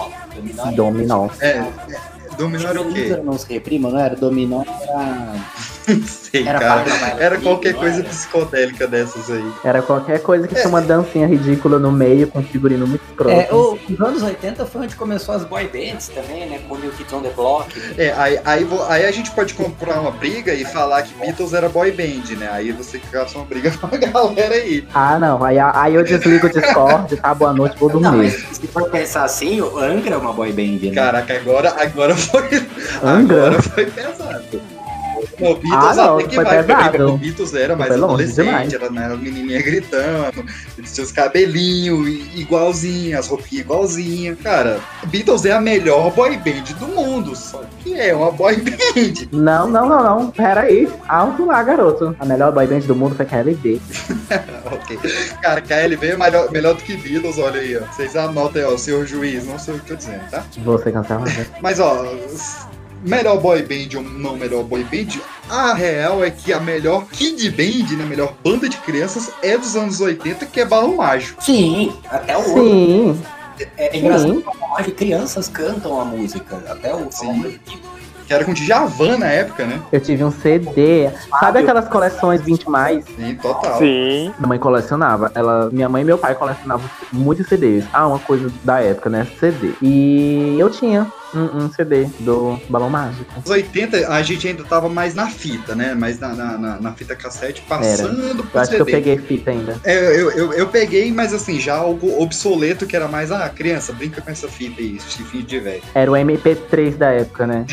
Dominó. Dominó era o quê? Não se reprima, não era? Dominó era... Sei, cara. Era qualquer coisa psicodélica dessas aí. Era qualquer coisa que tinha uma dancinha ridícula no meio com um figurino muito escroto. Os anos 80 foi onde começou as boy bands também, né? Com o New Kids on the Block. Aí a gente pode comprar uma briga e falar que Beatles era boy band, né? Aí você caça uma briga com a galera aí. Ah, não. Aí eu desligo o Discord, tá? Boa noite, vou dormir. Não, mas se for pensar assim, o Angra é uma boy band, né? Caraca, agora foi... Angra? Agora foi pesado. O Beatles até que vai, porque o Beatles era mais adolescente, era menininha gritando, eles tinham os cabelinhos igualzinho, as roupinhas igualzinhas. Cara, Beatles é a melhor boy band do mundo, só que é uma boy band. Não, pera aí, alto lá, garoto. A melhor boy band do mundo foi KLB. Ok. Cara, KLB é melhor do que Beatles, olha aí, ó. Vocês anotem aí, ó, senhor juiz, não sei o que eu tô dizendo, tá? Você cancelado. Mas, ó... Melhor boy band ou não melhor boy band, a real é que a melhor kid band, né, a melhor banda de crianças é dos anos 80, que é Balão Mágico. Sim, até o Sim. É engraçado que crianças cantam a música, até o que era com Djavan na época, né? Eu tive um CD. Sabe aquelas coleções 20 mais? Sim, total. Sim. Minha mãe colecionava. Minha mãe e meu pai colecionavam muitos CDs. Uma coisa da época, né? CD. E eu tinha um CD do Balão Mágico. Nos 80, a gente ainda tava mais na fita, né? Mais na fita cassete, passando pro CD. Eu acho que eu peguei fita ainda. Eu peguei, mas assim, já algo obsoleto, que era mais, criança, brinca com essa fita aí, chifrinho de velho. Era o MP3 da época, né?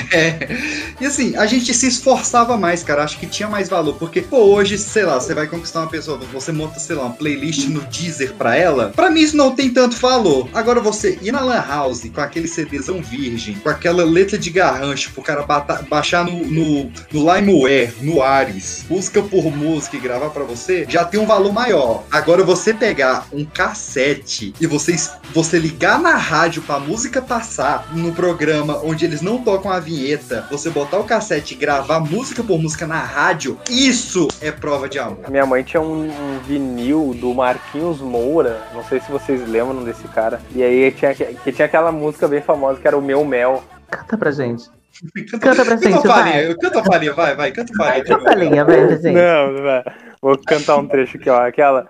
E assim, a gente se esforçava mais, cara. Acho que tinha mais valor. Porque, pô, hoje, sei lá, você vai conquistar uma pessoa, você monta, sei lá, uma playlist no Deezer pra ela. Pra mim isso não tem tanto valor. Agora você ir na Lan House com aquele CDzão virgem, com aquela letra de garrancho pro cara baixar no LimeWare, no Ares, música por música e gravar pra você, já tem um valor maior. Agora você pegar um cassete e você ligar na rádio pra música passar no programa onde eles não tocam a vinheta, você botar o cassete e gravar música por música na rádio, isso é prova de amor. Minha mãe tinha um vinil do Marquinhos Moura, não sei se vocês lembram desse cara, e aí tinha aquela música bem famosa que era o Meu Mel. Canta pra gente. Canta pra gente, vai. Canta a palhinha, vai, canta a palhinha. Canta a palhinha, vai, gente. Não, vai. Vou cantar um trecho aqui, ó, aquela...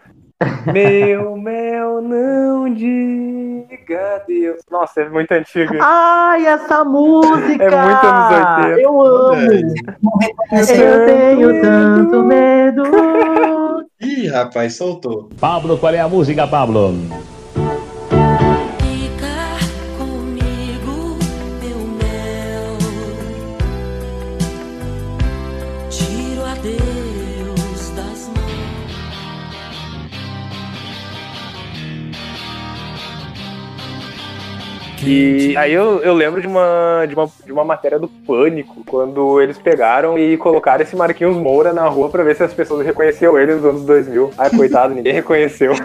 Meu mel, não diga Deus. Nossa, é muito antiga. Ai, essa música! É muito anos 80. Eu amo! Eu tenho tanto medo. Ih, rapaz, soltou. Pablo, qual é a música, Pablo? E aí eu lembro de uma matéria do Pânico, quando eles pegaram e colocaram esse Marquinhos Moura na rua pra ver se as pessoas reconheciam ele nos anos 2000. Ai, coitado, ninguém reconheceu.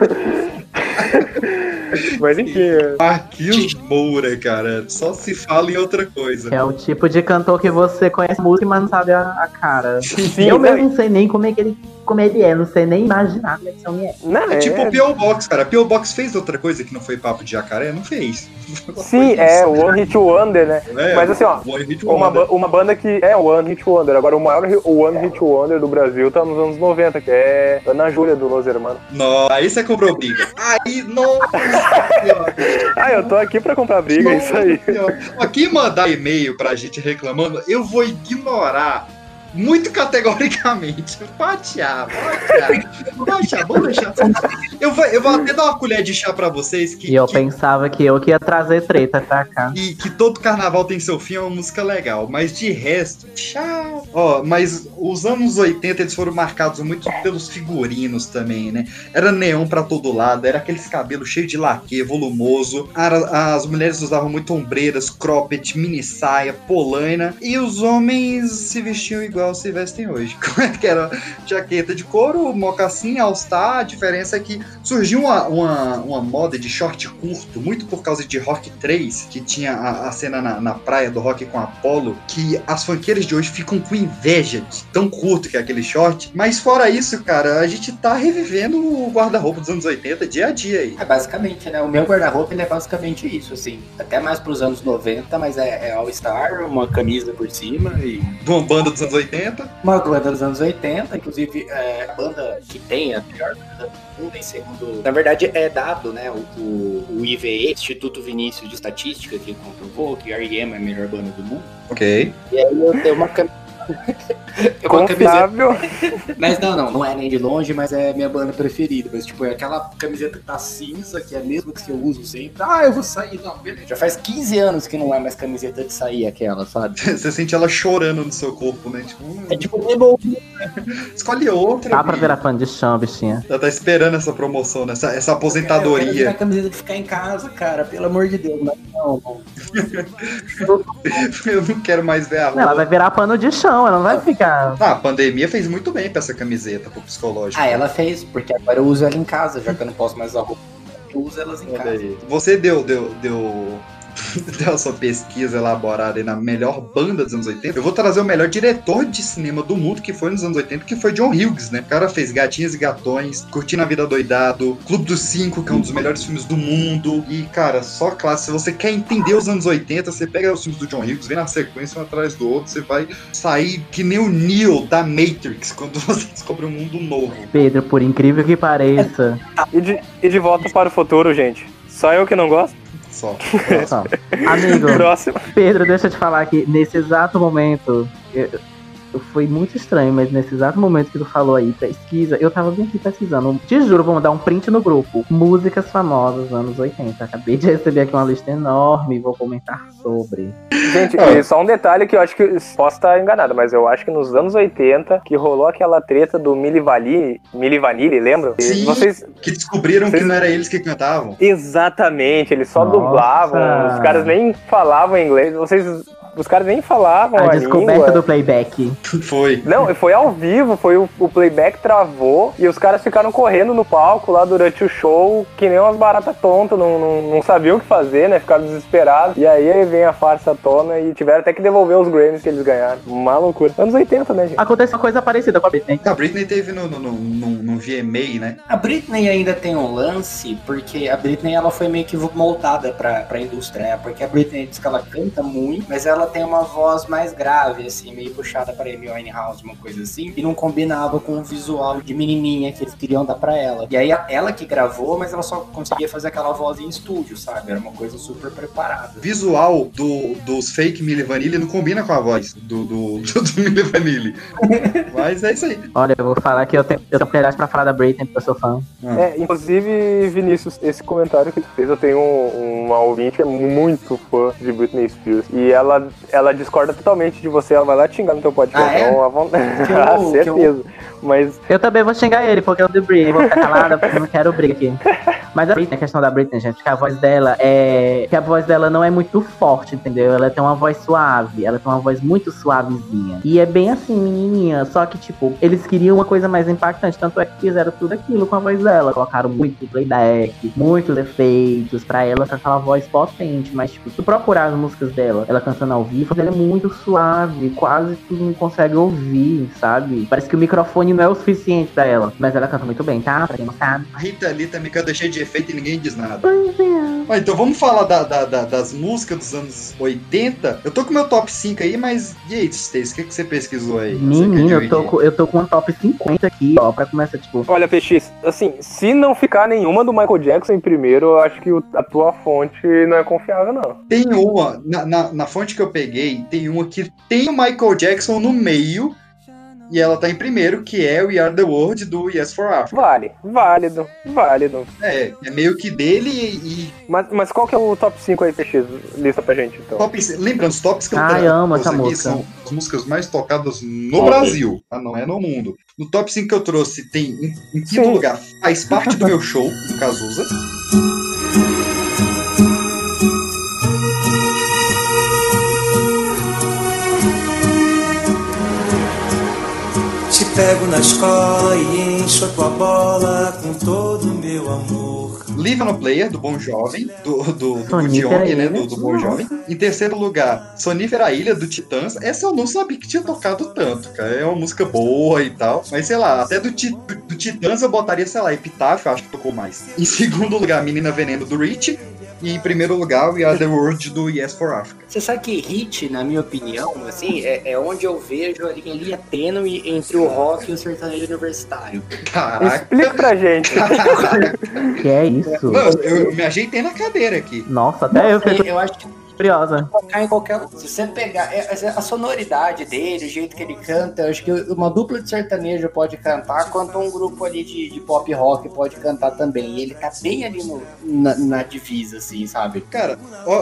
Mas enfim. Marquinhos Moura, cara, só se fala em outra coisa. É o tipo de cantor que você conhece a música, mas não sabe a cara. Sim, eu mesmo não sei nem como é que ele como ele é, não sei nem imaginar como é que são é. Não, É tipo o P.O. Box, cara. P.O. Box fez outra coisa que não foi papo de jacaré? Não fez. Sim, o One Hit Wonder, né? Mas assim, ó, One Hit Wonder. uma banda que é o One Hit Wonder. Agora, o maior One Hit Wonder do Brasil tá nos anos 90, que é Ana Júlia, do Los Hermanos. Não, aí você comprou briga. Aí, nossa. Eu tô aqui pra comprar briga, é isso aí. Aqui mandar e-mail pra gente reclamando, eu vou ignorar muito categoricamente. Vou deixar. Eu vou até dar uma colher de chá pra vocês. E eu pensava que eu que ia trazer treta pra cá. E que todo carnaval tem seu fim, é uma música legal. Mas de resto, tchau. Ó, mas os anos 80, eles foram marcados muito pelos figurinos também, né? Era neon pra todo lado, era aqueles cabelos cheios de laque, volumoso. As mulheres usavam muito ombreiras, cropped, mini saia, polaina. E os homens se vestiam igual se vestem hoje. Como é que era? Jaqueta de couro, mocassim, all-star. A diferença é que surgiu uma moda de short curto, muito por causa de Rock 3, que tinha a cena na praia do Rock com Apollo, que as funkeiras de hoje ficam com inveja de tão curto que é aquele short. Mas fora isso, cara, a gente tá revivendo o guarda-roupa dos anos 80 dia a dia aí. É basicamente, né? O meu guarda-roupa ele é basicamente isso, assim. Até mais pros anos 90, mas é all-star, uma camisa por cima e... De uma banda dos anos 80. Uma banda dos anos 80, inclusive a banda que tem a melhor banda do mundo, em segundo... Na verdade é dado, né, o IVE, Instituto Vinícius de Estatística, que comprovou que a R.E.M. é a melhor banda do mundo. Ok. E aí eu tenho uma camisa... Confiável. Mas não é nem de longe, mas é minha banda preferida. Mas tipo, é aquela camiseta que tá cinza, que é a mesma que eu uso sempre. Eu vou sair, não, beleza. Já faz 15 anos que não é mais camiseta de sair aquela, sabe? Você sente ela chorando no seu corpo, né? Tipo, é tipo, bom. Escolhe outra. Dá pra virar pano de chão, bichinha. Ela tá esperando essa promoção, né? Essa aposentadoria. Eu quero a camiseta de ficar em casa, cara, pelo amor de Deus. Não. Eu não quero mais ver a rua. Ela vai virar pano de chão, ela não vai ficar... A pandemia fez muito bem pra essa camiseta, pro psicológico. Ela fez, porque agora eu uso ela em casa, já que eu não posso mais usar roupa. Eu uso elas em casa. Aí. Você deu a sua pesquisa elaborada aí na melhor banda dos anos 80. Eu vou trazer o melhor diretor de cinema do mundo, que foi nos anos 80, que foi John Hughes, né? O cara fez Gatinhas e Gatões, Curtindo a Vida Doidado, Clube dos Cinco, que é um dos melhores filmes do mundo. E, cara, só classe. Se você quer entender os anos 80, você pega os filmes do John Hughes, vem na sequência um atrás do outro, você vai sair que nem o Neo da Matrix, quando você descobre um mundo novo. Pedro, por incrível que pareça. E de Volta para o Futuro, gente. Só eu que não gosto? Só. Amigo, próximo. Pedro, deixa eu te falar que nesse exato momento, foi muito estranho, mas nesse exato momento que tu falou aí, pesquisa, eu tava bem aqui pesquisando. Te juro, vou mandar um print no grupo. Músicas famosas anos 80. Acabei de receber aqui uma lista enorme e vou comentar sobre. Gente, só um detalhe que eu acho que posso estar enganado, mas eu acho que nos anos 80 que rolou aquela treta do Milli Vanilli, lembram? Sim, que descobriram que não era eles que cantavam. Exatamente, eles só dublavam, os caras nem falavam inglês, os caras nem falavam a descoberta língua. do playback. Foi. Não, foi ao vivo, foi o playback travou e os caras ficaram correndo no palco lá durante o show, que nem umas baratas tontas, não sabiam o que fazer, né? Ficaram desesperados. E aí vem a farsa à tona e tiveram até que devolver os Grammys que eles ganharam. Uma loucura. Anos 80, né, gente? Aconteceu uma coisa parecida com a Britney. A Britney teve no VMA, né? A Britney ainda tem um lance, porque a Britney ela foi meio que moldada pra indústria, né? Porque a Britney diz que ela canta muito, mas ela tem uma voz mais grave, assim, meio puxada pra Amy Winehouse, uma coisa assim, e não combinava com o visual de menininha que eles queriam dar pra ela. E aí ela que gravou, mas ela só conseguia fazer aquela voz em estúdio, sabe? Era uma coisa super preparada. O visual dos fake Milli Vanilli não combina com a voz do Milli Vanilli. Mas é isso aí. Olha, eu vou falar que eu tenho propriedade pra falar da Britney, porque eu sou fã. Inclusive, Vinícius, esse comentário que tu fez, eu tenho uma ouvinte que é muito fã de Britney Spears, e ela discorda totalmente de você, ela vai lá te xingar no teu podcast. Certeza. Mas eu também vou xingar ele, porque eu dei briga, vou ficar calada, porque eu não quero briga aqui. Mas a questão da Britney, gente, que a voz dela não é muito forte, entendeu? Ela tem uma voz suave, ela tem uma voz muito suavezinha. E é bem assim, menininha, só que, tipo, eles queriam uma coisa mais impactante, tanto é que fizeram tudo aquilo com a voz dela. Colocaram muito playback, muitos efeitos pra ela com aquela voz potente, mas, tipo, se tu procurar as músicas dela, ela cantando ao vivo, ela é muito suave, quase tu não consegue ouvir, sabe? Parece que o microfone não é o suficiente pra ela, mas ela canta muito bem, tá? Pra quem não sabe. A Rita Lee também canta cheio de efeito e ninguém diz nada. Pois é. Então vamos falar das músicas dos anos 80. Eu tô com o meu top 5 aí, mas e aí, Stacy, o que você pesquisou aí? Menino, eu tô com um top 50 aqui, ó, pra começar, tipo... Olha, PX, assim, se não ficar nenhuma do Michael Jackson em primeiro, eu acho que a tua fonte não é confiável, não. Tem uma, na fonte que eu peguei, tem uma que tem o Michael Jackson no meio, e ela tá em primeiro, que é o We Are The World do Yes for Africa. Válido. É meio que dele e... Mas qual que é o top 5 aí, PX? Lista pra gente, então. Lembrando, os tops que eu amo essa aqui música. são as músicas mais tocadas no Brasil, tá? Não é no mundo. No top 5 que eu trouxe, tem, em quinto lugar, Faz Parte do Meu Show, do Cazuza. Te pego na escola e encho a tua bola com todo o meu amor. Live on a Player, do Bon Jovi, do Sonífera Dione, né, Ilha. do Bon Jovi. Em terceiro lugar, Sonífera Ilha, do Titãs. Essa eu não sabia que tinha tocado tanto, cara. É uma música boa e tal. Mas, sei lá, até do Titãs eu botaria, sei lá, Epitáfio, acho que tocou mais. Em segundo lugar, Menina Veneno, do Rich. E em primeiro lugar, We Are The World, do Yes for Africa. Você sabe que hit, na minha opinião, assim, é onde eu vejo a linha tênue entre o rock e o sertanejo universitário. Caraca. Explica pra gente. Que é isso? Não, eu me ajeitei na cadeira aqui. Nossa, até eu fico Eu acho que curiosa. tocar em qualquer... Se você pegar a sonoridade dele, o jeito que ele canta, eu acho que uma dupla de sertanejo pode cantar, quanto um grupo ali de pop rock pode cantar também. E ele tá bem ali na divisa, assim, sabe? Cara,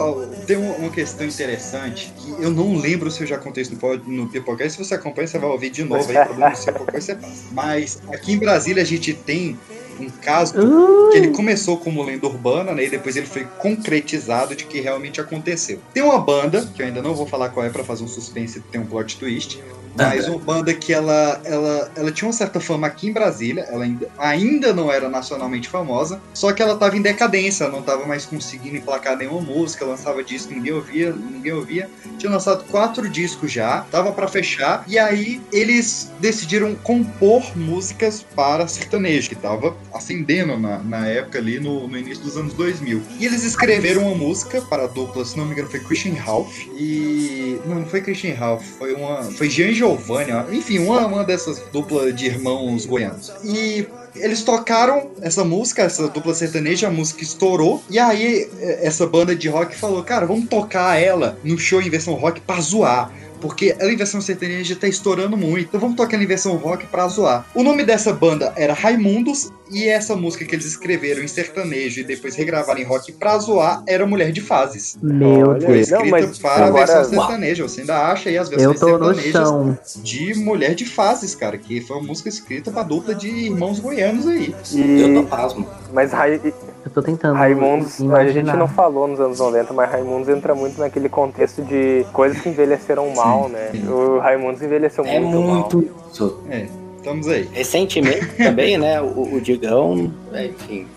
tem uma questão interessante que eu não lembro se eu já contei isso no Pipocast. Se você acompanha, você vai ouvir de novo aí, problema se qualquer você passa. Mas aqui em Brasília a gente tem um caso que ele começou como lenda urbana, né, e depois ele foi concretizado de que realmente aconteceu. Tem uma banda, que eu ainda não vou falar qual é pra fazer um suspense, tem um plot twist, mas uma banda que ela tinha uma certa fama aqui em Brasília, ela ainda não era nacionalmente famosa, só que ela tava em decadência, não tava mais conseguindo emplacar nenhuma música, lançava disco, ninguém ouvia, tinha lançado 4 discos já, tava pra fechar, e aí eles decidiram compor músicas para sertanejo, que tava ascendendo na época ali, no início dos anos 2000. E eles escreveram uma música para a dupla, se não me engano foi Christian Ralph, e... Não foi Christian Ralph, foi Jean Giovanni, enfim, uma dessas duplas de irmãos goianos. E eles tocaram essa música, essa dupla sertaneja, a música estourou, e aí essa banda de rock falou, cara, vamos tocar ela no show em versão rock pra zoar. Porque a versão sertaneja tá estourando muito, então vamos tocar ela em versão rock pra zoar. O nome dessa banda era Raimundos, e essa música que eles escreveram em sertanejo e depois regravaram em rock pra zoar era Mulher de Fases. Meu Foi Deus. escrita para a versão sertaneja, você ainda acha aí as versões Eu tô no sertanejas chão. de Mulher de Fases, cara, que foi uma música escrita pra dupla de irmãos goianos aí. Eu tô pasmo. Mas Eu tô tentando Raimundos, a imaginar. gente não falou nos anos 90, mas Raimundos entra muito naquele contexto de coisas que envelheceram mal, né? O Raimundos envelheceu muito mal. Isso. Estamos aí. Recentemente também, né? O Digão, enfim.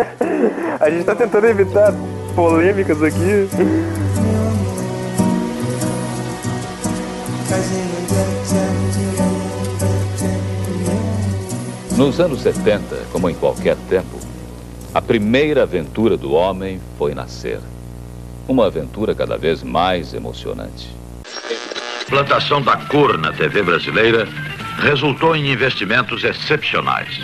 A gente tá tentando evitar polêmicas aqui. Nos anos 70, como em qualquer tempo, a primeira aventura do homem foi nascer. Uma aventura cada vez mais emocionante. Plantação da cor na TV brasileira resultou em investimentos excepcionais.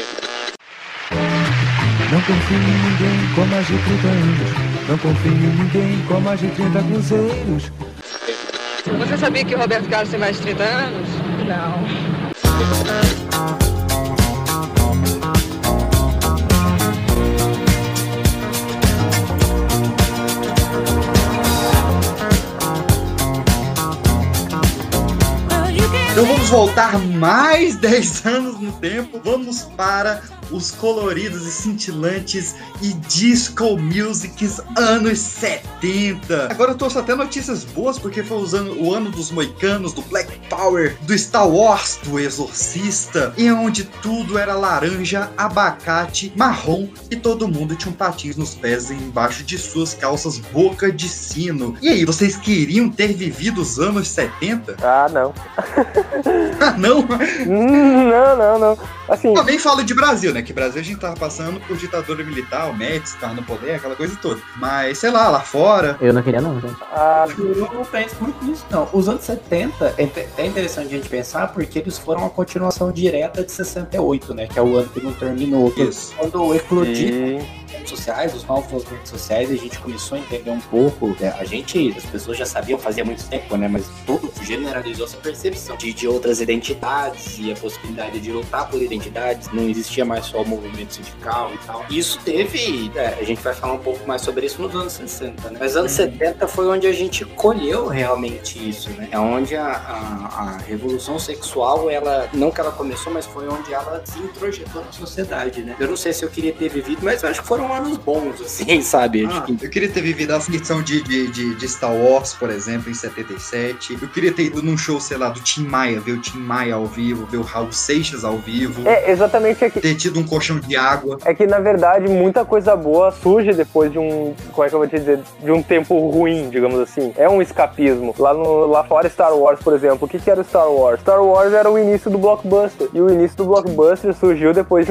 Não confio em ninguém com mais de 30 anos. Não confio em ninguém com mais de 30 cruzeiros. Você sabia que o Roberto Carlos tem mais de 30 anos? Não. Então vamos voltar mais 10 anos no tempo. Vamos para os coloridos e cintilantes e disco musics anos 70. Agora eu trouxe até notícias boas, porque foi o ano dos moicanos, do Black Power, do Star Wars, do Exorcista, e onde tudo era laranja, abacate, marrom, e todo mundo tinha um patins nos pés embaixo de suas calças boca de sino. E aí, vocês queriam ter vivido os anos 70? Ah, não. Ah, não? Não. Assim... Eu nem falo de Brasil, né? Que Brasil a gente tava passando por ditadura militar, o Médici tava no poder, aquela coisa toda. Mas, sei lá fora... Eu não queria não, gente. Eu não penso muito nisso, não. Os anos 70 é interessante a gente pensar, porque eles foram a continuação direta de 68, né? Que é o ano que não terminou. Isso. Quando eclodiu redes sociais, os novos movimentos sociais, a gente começou a entender um pouco, as pessoas já sabiam fazia muito tempo, né, mas tudo generalizou essa percepção de outras identidades e a possibilidade de lutar por identidades, não existia mais só o movimento sindical e tal. Isso teve, a gente vai falar um pouco mais sobre isso nos anos 60, né, mas anos 70 foi onde a gente colheu realmente isso, né, é onde a revolução sexual, ela, não que ela começou, mas foi onde ela se introjetou na sociedade, né. Eu não sei se eu queria ter vivido, mas eu acho que foram anos bons, assim, sabe? Eu queria ter vivido a edição de Star Wars, por exemplo, em 77. Eu queria ter ido num show, sei lá, do Tim Maia, ver o Tim Maia ao vivo, ver o Raul Seixas ao vivo. É, exatamente aqui. Ter tido um colchão de água. É que, na verdade, muita coisa boa surge depois de um, como é que eu vou te dizer, de um tempo ruim, digamos assim. É um escapismo. Lá fora, Star Wars, por exemplo, o que era o Star Wars? Star Wars era o início do blockbuster. E o início do blockbuster surgiu depois de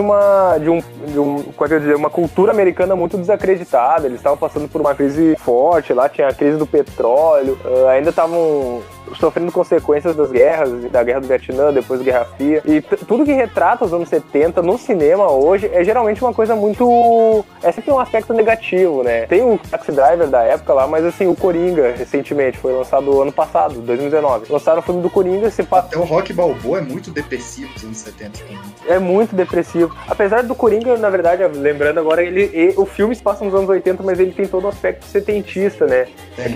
uma cultura americana muito desacreditada. Eles estavam passando por uma crise forte, lá tinha a crise do petróleo, ainda estavam sofrendo consequências das guerras, da guerra do Vietnã, depois da Guerra Fria, e tudo que retrata os anos 70 no cinema hoje é geralmente uma coisa muito... é sempre um aspecto negativo, né? Tem o Taxi Driver da época lá, mas assim, o Coringa, recentemente, foi lançado ano passado, 2019. Lançaram o filme do Coringa, até o Rock Balboa é muito depressivo dos anos 70 também. É muito depressivo. Apesar do Coringa, na verdade, lembrando agora, o filme se passa nos anos 80, mas ele tem todo o aspecto setentista, né?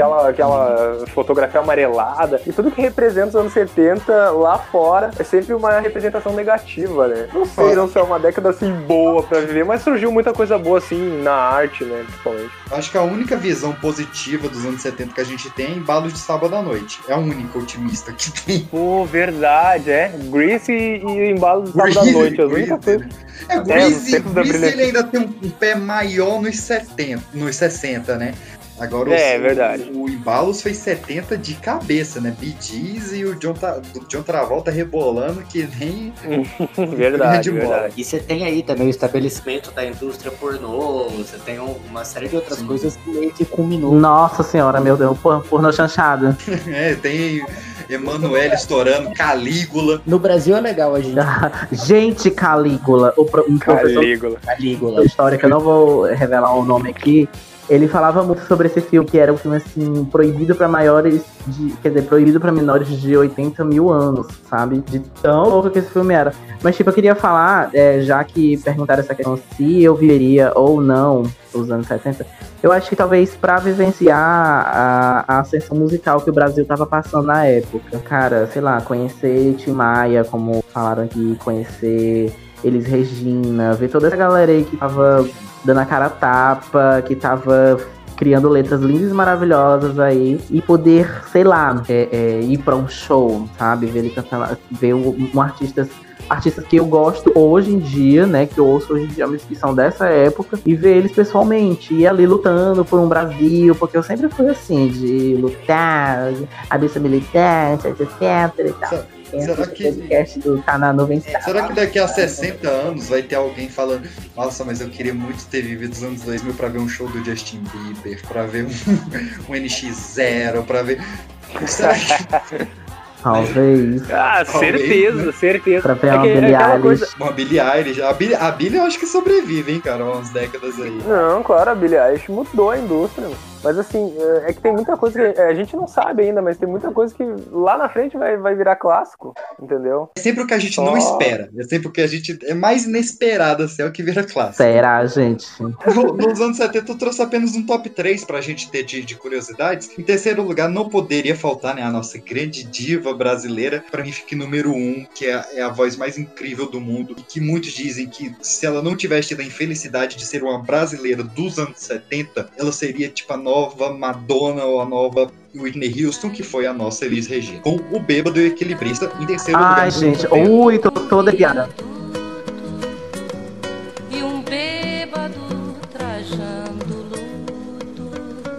Aquela fotografia amarelada. E tudo que representa os anos 70 lá fora é sempre uma representação negativa, né? Não sei se é uma década assim boa pra viver, mas surgiu muita coisa boa assim na arte, né? Principalmente. Acho que a única visão positiva dos anos 70 que a gente tem é Embalos de Sábado à Noite. É a única otimista que tem. Pô, verdade, é. Grease e Embalos de Sábado à Noite. As únicas coisas. Grease ele ainda tem um pé maior nos 60, né? Agora verdade. O Embalos fez 70 de cabeça, né? Bee Gees e o John Travolta rebolando que nem... verdade. E você tem aí também o estabelecimento da indústria pornô, você tem uma série de outras coisas que meio que culminou. Nossa senhora, meu Deus, pornô chanchada. Tem... Emanuele estourando, Calígula. No Brasil é legal a gente. Gente, Calígula. Calígula. História que eu não vou revelar o nome aqui. Ele falava muito sobre esse filme, que era um filme, assim, proibido pra proibido pra menores de 80 mil anos, sabe? De tão louco que esse filme era. Mas, tipo, eu queria falar, já que perguntaram essa questão, se eu viveria ou não os anos 70, eu acho que talvez pra vivenciar a ascensão musical que o Brasil tava passando na época. Cara, sei lá, conhecer Tim Maia, como falaram aqui, conhecer Elis Regina, ver toda essa galera aí que tava dando a cara a tapa, que tava criando letras lindas e maravilhosas aí, e poder, sei lá, ir pra um show, sabe? Ver ele cantar, ver artistas que eu gosto hoje em dia, né? Que eu ouço hoje em dia, que são dessa época, e ver eles pessoalmente, e ali lutando por um Brasil, porque eu sempre fui assim, de lutar, abrir militante, etc e tal. Será que tá na nuvem? Será que daqui a 60 anos vai ter alguém falando: nossa, mas eu queria muito ter vivido os anos 2000 pra ver um show do Justin Bieber, pra ver um NX0, pra ver... Será que... Talvez. Certeza. Pra ver uma Billie Eilish. Uma Billie Eilish. A Billie eu acho que sobrevive, hein, cara, umas décadas aí. Não, claro, a Billie Eilish mudou a indústria. Mas assim, é que tem muita coisa que a gente não sabe ainda, mas tem muita coisa que lá na frente vai virar clássico, entendeu? É sempre o que a gente não espera. É sempre o que a gente é mais inesperado, assim, é o que vira clássico. Será, gente? Nos anos 70 eu trouxe apenas um top 3 pra gente ter de curiosidades. Em terceiro lugar, não poderia faltar, né, a nossa grande diva brasileira. Pra mim fica em número 1, que é a voz mais incrível do mundo. E que muitos dizem que se ela não tivesse tido a infelicidade de ser uma brasileira dos anos 70, ela seria tipo a nova Madonna ou a nova Whitney Houston, que foi a nossa Elis Regina. Com o Bêbado e o Equilibrista em terceiro lugar. Ai, gente, ui, tô toda guiada. E um bêbado trajando luto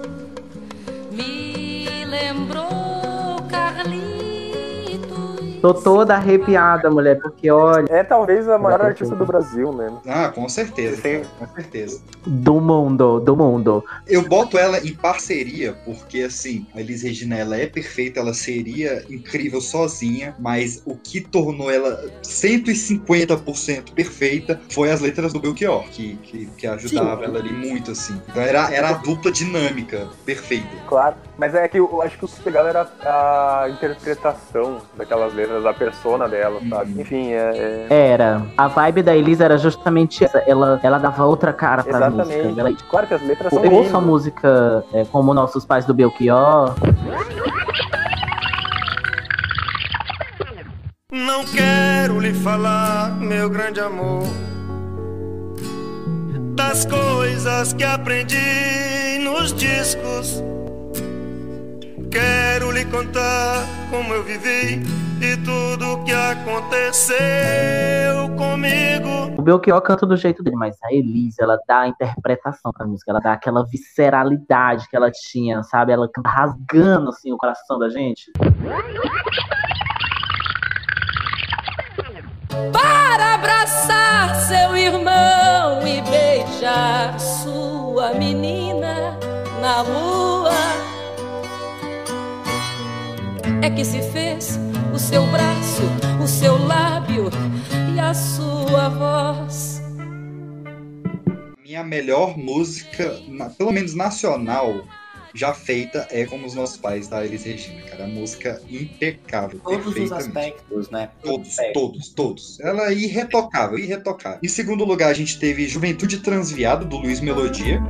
me lembrou Carlitos. Tô toda arrepiada, mulher, porque olha... É talvez a maior artista do Brasil, né? Ah, com certeza, com certeza. Do mundo. Eu boto ela em parceria, porque assim, a Elis Regina, ela é perfeita, ela seria incrível sozinha, mas o que tornou ela 150% perfeita foi as letras do Belchior, que ajudava ela ali muito, assim. Então era a dupla dinâmica perfeita. Claro, mas é que eu acho que o que legal era a interpretação daquelas letras, a persona dela, sabe? Enfim, Era. A vibe da Elis era justamente essa. Ela dava outra cara pra exatamente. música. Ela... Claro que as letras são Eu ouço a lindas. música como Nossos Pais do Belchior. Não quero lhe falar, meu grande amor, das coisas que aprendi nos discos. Quero lhe contar como eu vivi e tudo que aconteceu comigo. O Belchior canta do jeito dele, mas a Elis, ela dá a interpretação pra música, ela dá aquela visceralidade que ela tinha, sabe? Ela canta rasgando, assim, o coração da gente. Para abraçar seu irmão e beijar sua menina na rua, é que se fez o seu braço, o seu lábio e a sua voz. Minha melhor música, pelo menos nacional, já feita é Como os Nossos Pais, da Elis Regina, cara. A música impecável, todos os aspectos, né? Todos. Ela é irretocável. Em segundo lugar, a gente teve Juventude Transviada, do Luiz Melodia.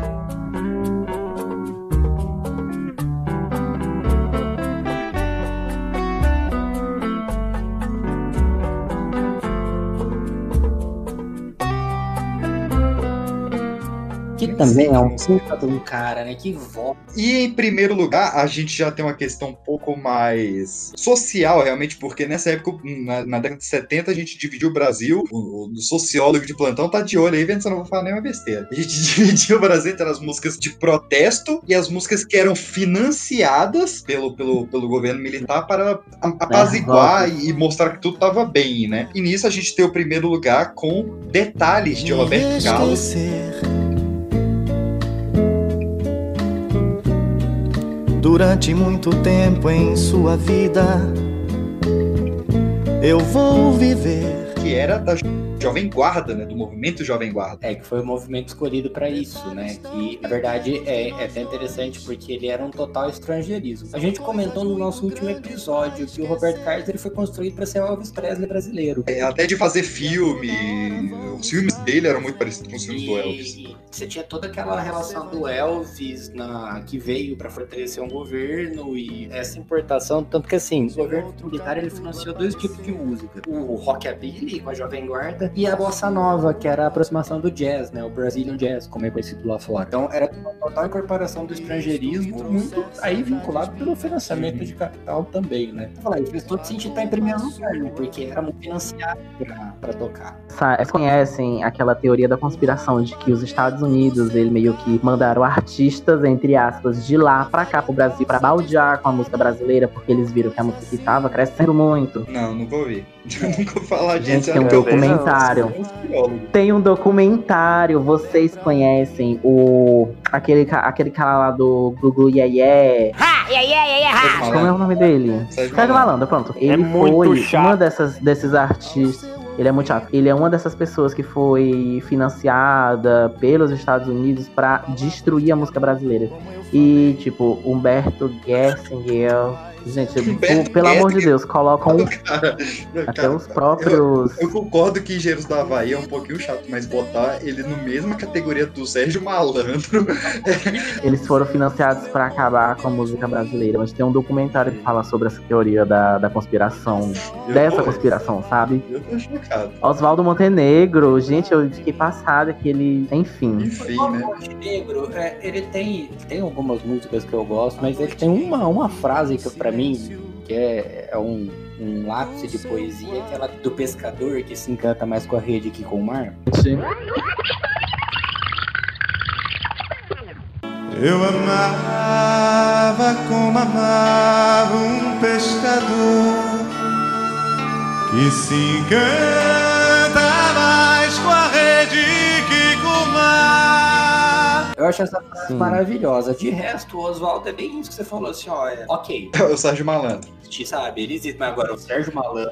Que também é um puta de um cara, né? Que voz. E em primeiro lugar, a gente já tem uma questão um pouco mais social, realmente, porque nessa época, na década de 70, a gente dividiu o Brasil. O sociólogo de plantão tá de olho aí, vendo se eu não vou falar nenhuma besteira. A gente dividiu o Brasil entre as músicas de protesto e as músicas que eram financiadas pelo governo militar para apaziguar e mostrar que tudo tava bem, né? E nisso a gente tem o primeiro lugar com Detalhes, de Roberto Carlos. Durante muito tempo em sua vida, eu vou viver. Que era da Jovem Guarda, né? Do movimento Jovem Guarda. É, que foi o movimento escolhido pra isso, né? Que, na verdade, é até interessante porque ele era um total estrangeirismo. A gente comentou no nosso último episódio que o Roberto Carlos ele foi construído pra ser o Elvis Presley brasileiro. Até de fazer filme, os filmes dele eram muito parecidos com os filmes do Elvis. Você tinha toda aquela relação do Elvis que veio pra fortalecer um governo e essa importação, tanto que assim, o governo militar ele financiou dois tipos de música. O rockabilly com a Jovem Guarda e a bossa nova, que era a aproximação do jazz, né? O Brazilian Jazz, como é conhecido lá fora. Então era uma total incorporação do estrangeirismo, muito aí vinculado pelo financiamento de capital também, né? Eu falei, fez todo sentido estar em primeiro lugar, né? Porque era muito financiado pra tocar. Vocês conhecem aquela teoria da conspiração de que os Estados Unidos, ele meio que mandaram artistas, entre aspas, de lá pra cá pro Brasil pra baldear com a música brasileira, porque eles viram que a música que tava crescendo muito. Não, nunca ouvi. Nunca vou falar disso. Gente, tem um documentário. Tem um documentário. Vocês conhecem aquele cara lá do Gugu Yeye? Como é o nome dele? Sérgio Malandro, pronto. Ele foi uma desses artistas. Ele é muito chato. Ele é uma dessas pessoas que foi financiada pelos Estados Unidos pra destruir a música brasileira. E, tipo, Humberto Gessinger... Gente, pelo amor de Deus, colocam até os próprios... Eu concordo que Engenheiros do Havaí é um pouquinho chato, mas botar ele na mesma categoria do Sérgio Malandro... Eles foram financiados pra acabar com a música brasileira, mas tem um documentário que fala sobre essa teoria da conspiração, conspiração, sabe? Eu tô chocado. Oswaldo Montenegro, gente, eu fiquei passada que ele... Enfim, né? Montenegro, ele tem algumas músicas que eu gosto, mas ele tem uma frase que pra mim, que é um lápis de poesia, aquela do pescador que se encanta mais com a rede que com o mar. Sim. Eu amava como amava um pescador que se encanta mais com a rede que com o mar. Eu acho essa frase maravilhosa. De resto, o Oswaldo é bem isso que você falou, assim, ó, ok. O Sérgio Malandro. Sabe, ele existe, mas agora o Sérgio Malandro...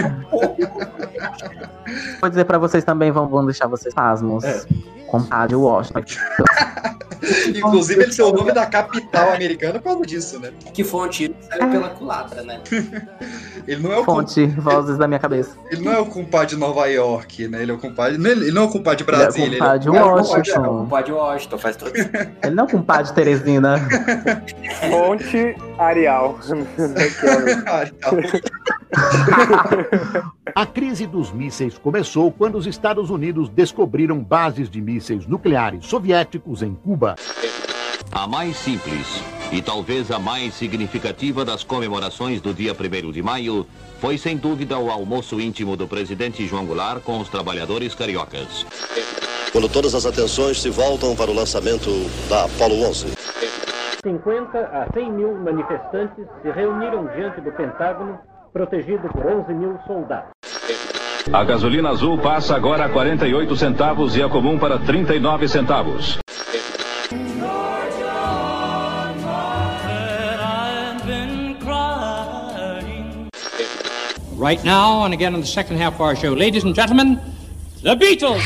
Vou dizer pra vocês também, vão deixar vocês pasmos. Compadre Washington. Inclusive, ele tem o nome da capital americana por causa disso, né? Que fonte saiu pela culatra, né? Ele não é o vozes da minha cabeça. Ele não é o compadre de Nova York, né? Ele é o compadre... Ele não é o compadre de Brasília. Ele é o compadre Washington. É o compadre Washington, faz todo isso. Ele não é o compadre Teresina. Fonte Arial. A crise dos mísseis começou quando os Estados Unidos descobriram bases de mísseis nucleares soviéticos em Cuba. A mais simples e talvez a mais significativa das comemorações do dia 1º de maio foi sem dúvida o almoço íntimo do presidente João Goulart com os trabalhadores cariocas. Quando todas as atenções se voltam para o lançamento da Apollo 11. 50 a 100 mil manifestantes se reuniram diante do Pentágono, protegido por 11 mil soldados. A gasolina azul passa agora a 48 centavos e a comum para 39 centavos. Right now, and again in the second half of our show, ladies and gentlemen, the Beatles!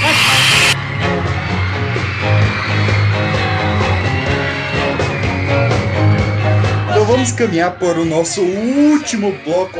Então vamos caminhar para o nosso último bloco.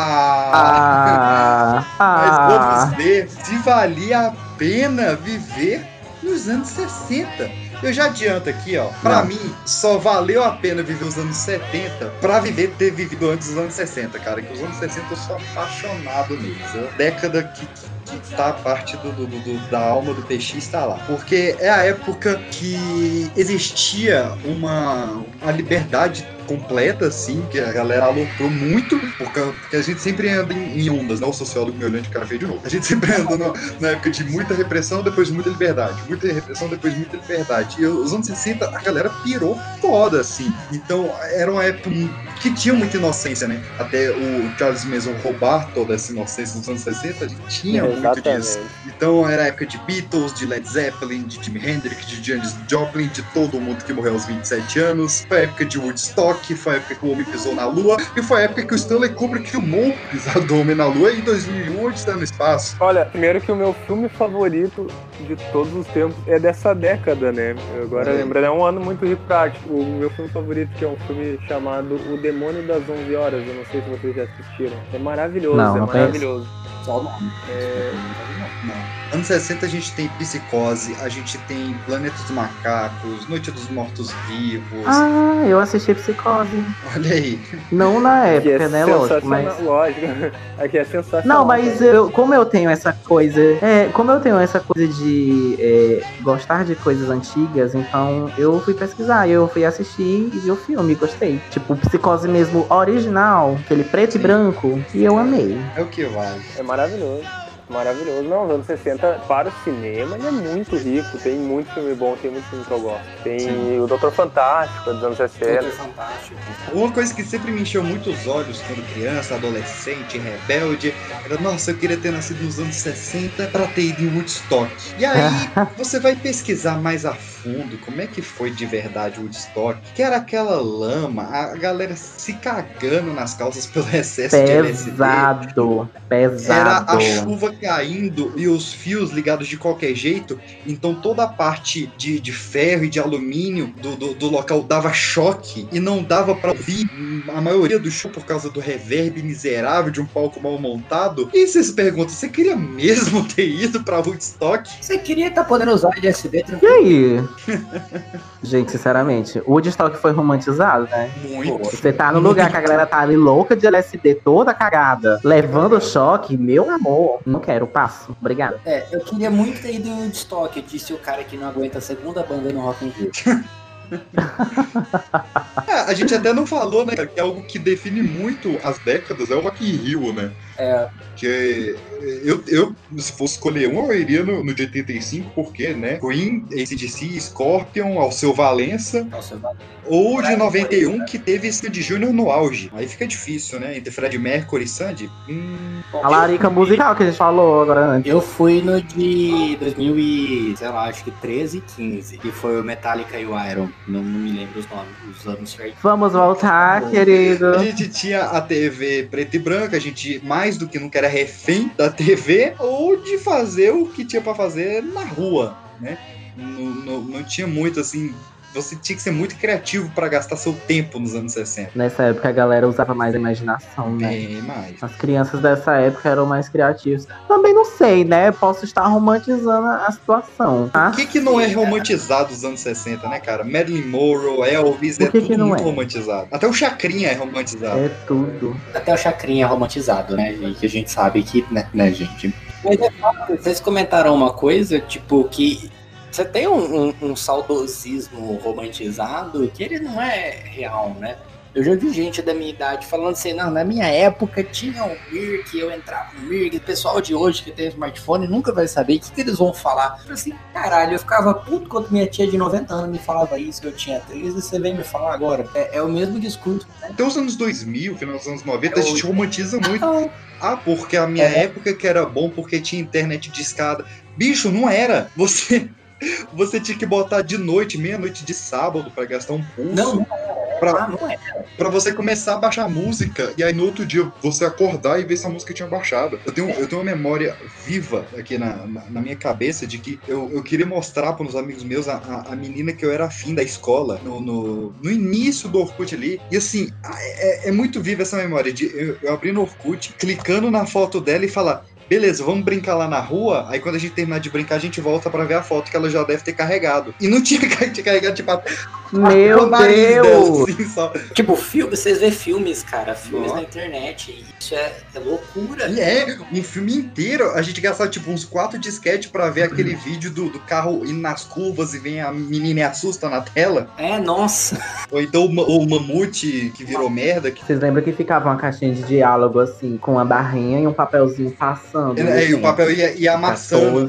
Mas vamos ver se valia a pena viver nos anos 60. Eu já adianto aqui, ó. Pra mim, só valeu a pena viver os anos 70 pra ter vivido antes dos anos 60, cara. Que os anos 60 eu sou apaixonado neles. É a década que tá parte da alma do PX tá lá. Porque é a época que existia uma liberdade completa, assim, que a galera aloprou muito, porque a gente sempre anda em ondas, né? O sociólogo me olhando de cara feio de novo. A gente sempre anda na época de muita repressão, depois muita liberdade. Muita repressão, depois muita liberdade. E os anos 60, a galera pirou foda, assim. Então, era uma época que tinha muita inocência, né? Até o Charles Manson roubar toda essa inocência nos anos 60, a gente tinha muito disso. Então, era a época de Beatles, de Led Zeppelin, de Jimi Hendrix, de Janis Joplin, de todo mundo que morreu aos 27 anos. Foi a época de Woodstock, foi a época que o homem pisou na Lua, e foi a época que o Stanley Kubrick filmou pisar do homem na Lua, e em 2001 ele está no espaço. Olha, primeiro que o meu filme favorito de todos os tempos é dessa década, né? Eu agora lembrando, é um ano muito rico prático. O meu filme favorito, que é um filme chamado O Demônio das 11 Horas, eu não sei se vocês já assistiram. É maravilhoso, não maravilhoso. Só o nome. Anos 60 a gente tem Psicose, a gente tem Planeta dos Macacos, Noite dos Mortos-Vivos. Ah, eu assisti Psicose. Olha aí. Não na época, né? Lógico, mas... Lógico. Aqui é sensacional. Não, mas como eu tenho essa coisa de gostar de coisas antigas, então eu fui pesquisar, eu fui assistir e vi o filme, gostei. Tipo, Psicose mesmo original, aquele preto e branco, e eu amei. É o que vale. É maravilhoso. Maravilhoso. Não, os anos 60 para o cinema ele é muito rico, tem muito filme bom, tem muito filme que eu gosto. Tem o Doutor Fantástico dos anos 60. Fantástico. Uma coisa que sempre me encheu muito os olhos quando criança, adolescente, rebelde, era, nossa, eu queria ter nascido nos anos 60 para ter ido em Woodstock. E aí, você vai pesquisar mais a fundo fundo como é que foi de verdade o Woodstock, que era aquela lama, a galera se cagando nas calças pelo excesso de LSD. Pesado. Era a chuva caindo e os fios ligados de qualquer jeito, então toda a parte de ferro e de alumínio do local dava choque e não dava pra ouvir a maioria do show por causa do reverb miserável de um palco mal montado. E você se pergunta, você queria mesmo ter ido pra Woodstock? Você queria estar podendo usar LSD E aí? Gente, sinceramente, o Woodstock foi romantizado, né? Muito. Você tá no lugar que a galera tá ali louca de LSD, toda cagada, levando choque, meu amor. Não quero, passo. Obrigado. Eu queria muito ter ido em Woodstock, eu disse o cara que não aguenta a segunda banda no Rock in Rio. A gente até não falou, né, que é algo que define muito as décadas, é o Rock in Rio, né? Que eu se fosse escolher um, eu iria no de 85, porque, né? Queen, AC/DC, Scorpion, Alceu Valença. Ou de 91, que teve Sandy Júnior no auge. Aí fica difícil, né? Entre Fred Mercury e Sandy. A larica musical que a gente falou agora antes. Eu fui no de 2000 e, sei lá, acho que 13 e 15. Que foi o Metallica e o Iron. Não me lembro os nomes, os anos certos. Vamos voltar, querido. A gente tinha a TV preta e branca, a gente mais do que nunca era refém da TV ou de fazer o que tinha pra fazer na rua, né? Não tinha muito assim. Você tinha que ser muito criativo pra gastar seu tempo nos anos 60. Nessa época a galera usava mais a imaginação, né? Mais. As crianças dessa época eram mais criativas. Também não sei, né? Posso estar romantizando a situação. O que não é romantizado dos anos 60, né, cara? Marilyn Monroe, Elvis, tudo muito romantizado. Até o Chacrinha é romantizado. É tudo. Até o Chacrinha é romantizado, né, gente? Que a gente sabe que, né, gente? Mas é fato, vocês comentaram uma coisa, tipo, que você tem um saudosismo romantizado que ele não é real, né? Eu já vi gente da minha idade falando assim, não, na minha época tinha um Mirk, eu entrava no Mirk, o pessoal de hoje que tem smartphone nunca vai saber o que eles vão falar. Eu assim, caralho, eu ficava puto quando minha tia de 90 anos me falava isso, que eu tinha 13, e você vem me falar agora. É o mesmo discurso, né? Até os anos 2000, final dos anos 90, a gente romantiza muito. Porque a minha época que era bom porque tinha internet de escada. Bicho, não era. Você tinha que botar de noite, meia-noite de sábado pra gastar um pulso. Não era. Pra você começar a baixar música e aí no outro dia você acordar e ver se a música tinha baixado. Eu tenho uma memória viva aqui na minha cabeça de que eu queria mostrar para uns amigos meus a menina que eu era afim da escola no início do Orkut ali. E assim, é muito viva essa memória de eu abrir no Orkut, clicando na foto dela e falar: beleza, vamos brincar lá na rua, aí quando a gente terminar de brincar, a gente volta pra ver a foto que ela já deve ter carregado. E não tinha carregado, tipo, meu Deus! Assim, só. Tipo, vocês vêem filmes, cara, filmes na internet, isso é loucura. E um filme inteiro, a gente gastava tipo uns 4 disquetes pra ver aquele vídeo do carro indo nas curvas e vem a menina e assusta na tela. Nossa. Ou então o mamute que virou merda. Vocês lembram que ficava uma caixinha de diálogo assim, com uma barrinha e um papelzinho passando? E o papel ia amassando.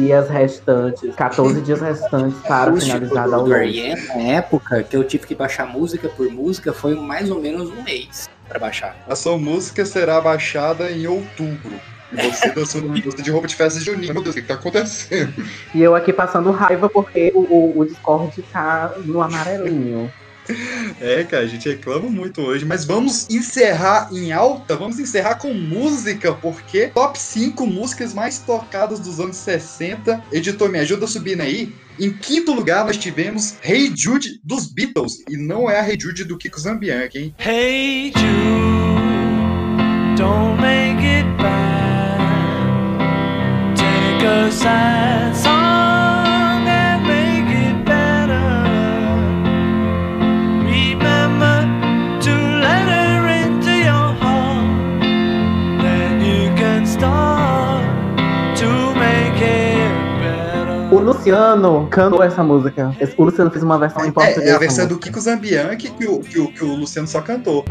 14 dias restantes para finalizar a download. Na época que eu tive que baixar música por música, foi mais ou menos um mês pra baixar. A sua música será baixada em outubro. E você dançando de roupa de festa junina. Meu Deus, o que tá acontecendo? E eu aqui passando raiva porque o Discord tá no amarelinho. Cara, a gente reclama muito hoje, mas vamos encerrar em alta, vamos encerrar com música, porque top 5 músicas mais tocadas dos anos 60. Editor, me ajuda subindo aí. Em quinto lugar, nós tivemos Hey Jude dos Beatles, e não é a Hey Jude do Kiko Zambianchi, hein? Hey Jude, don't make it bad. Take a sad song and make it better. Remember to let her into your heart. Then you can start to make it better. O Luciano cantou essa música. O Luciano fez uma versão em português. É a versão do Kiko Zambianchi que o Luciano só cantou.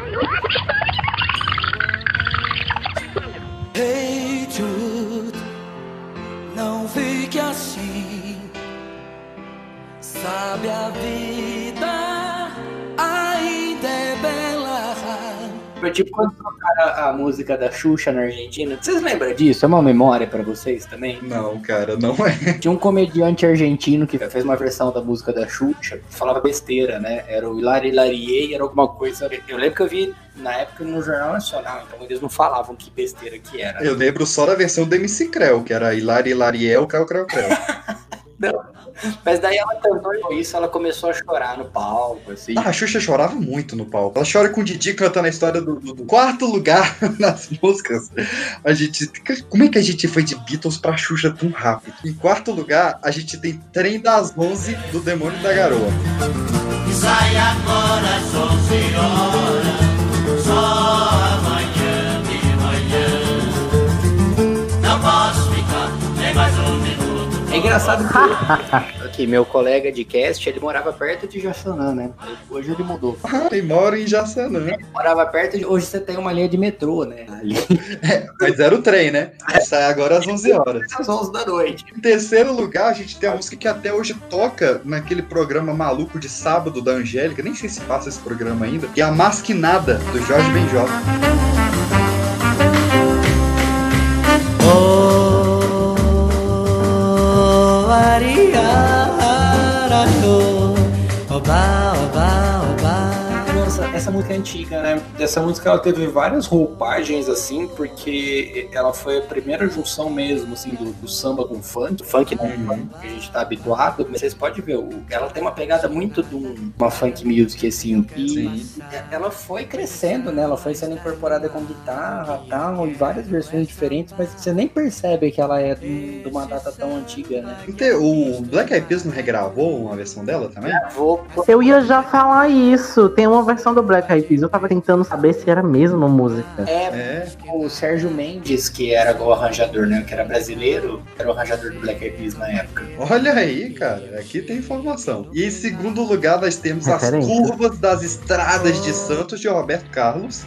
Hey Jude, não fique assim. Sabe, a vida ainda é bela. Foi tipo quando tocaram a música da Xuxa na Argentina. Vocês lembram disso? É uma memória pra vocês também? Não, cara, não é. Tinha um comediante argentino que fez uma versão da música da Xuxa, que falava besteira, né? Era o Hilari Hilariei, era alguma coisa... Eu lembro que eu vi na época no Jornal Nacional, então eles não falavam que besteira que era. Eu lembro só da versão do MC Creu, que era Hilari Hilariel, Creu Creu Creu. Não, mas daí ela cantou isso, ela começou a chorar no palco, assim. A Xuxa chorava muito no palco. Ela chora com o Didi cantando a história do quarto lugar nas músicas. Como é que a gente foi de Beatles pra Xuxa tão rápido? Em quarto lugar, a gente tem Trem das 11 do Demônio da Garoa. Sai agora às 11 horas, só amanhã de manhã. Não posso ficar nem mais um minuto. É engraçado que meu colega de cast, ele morava perto de Jaçanã, né? Hoje ele mudou. Ele mora em Jaçanã. Ele morava perto de... Hoje você tem uma linha de metrô, né? Ali. Mas era o trem, né? Sai agora às 11 horas. Às 11 da noite. Em terceiro lugar, a gente tem a música que até hoje toca naquele programa maluco de sábado da Angélica. Nem sei se passa esse programa ainda. Que é a Masquinada, do Jorge Benjó. Nossa, essa música é antiga, né? Essa música ela teve várias roupagens assim, porque ela foi a primeira junção mesmo, assim, do samba com funk. Funk não que a gente tá habituado, mas vocês podem ver, ela tem uma pegada muito de uma funk music, assim. E ela foi crescendo, né? Ela foi sendo incorporada com guitarra e tal, em várias versões diferentes, mas você nem percebe que ela é de uma data tão antiga, né? O Black Eyed Peas não regravou uma versão dela também? Gravou. Eu ia já falar isso. Tem uma versão do Black Eyed Peas. Eu tava tentando saber se era mesmo música. O Sérgio Mendes, que era o arranjador, né? Que era brasileiro, era o arranjador do Black Eyed Peas na época. Olha aí, cara. Aqui tem informação. E em segundo lugar, nós temos As Curvas das Estradas de Santos, de Roberto Carlos.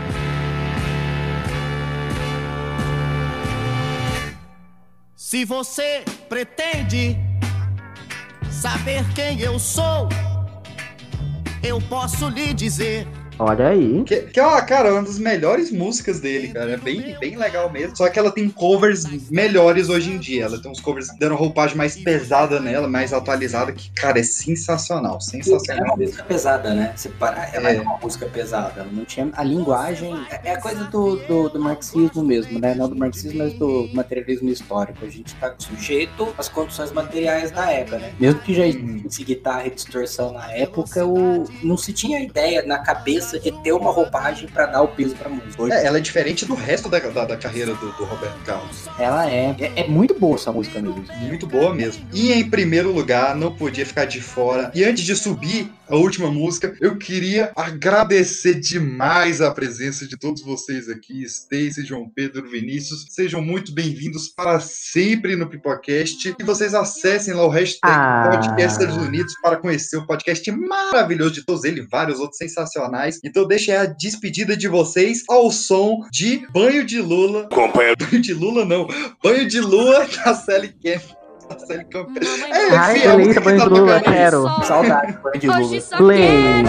Se você pretende saber quem eu sou, eu posso lhe dizer. Olha aí. Que é, cara, uma das melhores músicas dele, cara. É bem legal mesmo. Só que ela tem covers melhores hoje em dia. Ela tem uns covers dando roupagem mais pesada nela, mais atualizada, que, cara, é sensacional. Sensacional. É uma música pesada, né? Você para, ela é uma música pesada. Ela não tinha a linguagem. É a coisa do marxismo mesmo, né? Não do marxismo, mas do materialismo histórico. A gente tá sujeito às condições materiais da época, né? Mesmo que já existisse guitarra e distorção na época, não se tinha ideia na cabeça de ter uma roupagem pra dar o peso pra música. Ela é diferente do resto da carreira do Roberto Carlos. Ela é muito boa essa música mesmo. Muito boa mesmo. E em primeiro lugar, não podia ficar de fora. E antes de subir a última música, eu queria agradecer demais a presença de todos vocês aqui, Stacy, João Pedro, Vinícius. Sejam muito bem-vindos para sempre no Pipocast. E vocês acessem lá o hashtag Podcasters Unidos para conhecer o podcast maravilhoso de todos eles, vários outros sensacionais. Então deixem a despedida de vocês ao som de Banho de Lula. Banho de Lula não. Banho de Lua da Sally Camp. Ai, delícia, Banho de Lula, quero. Saudade, Banho de Lula. Play.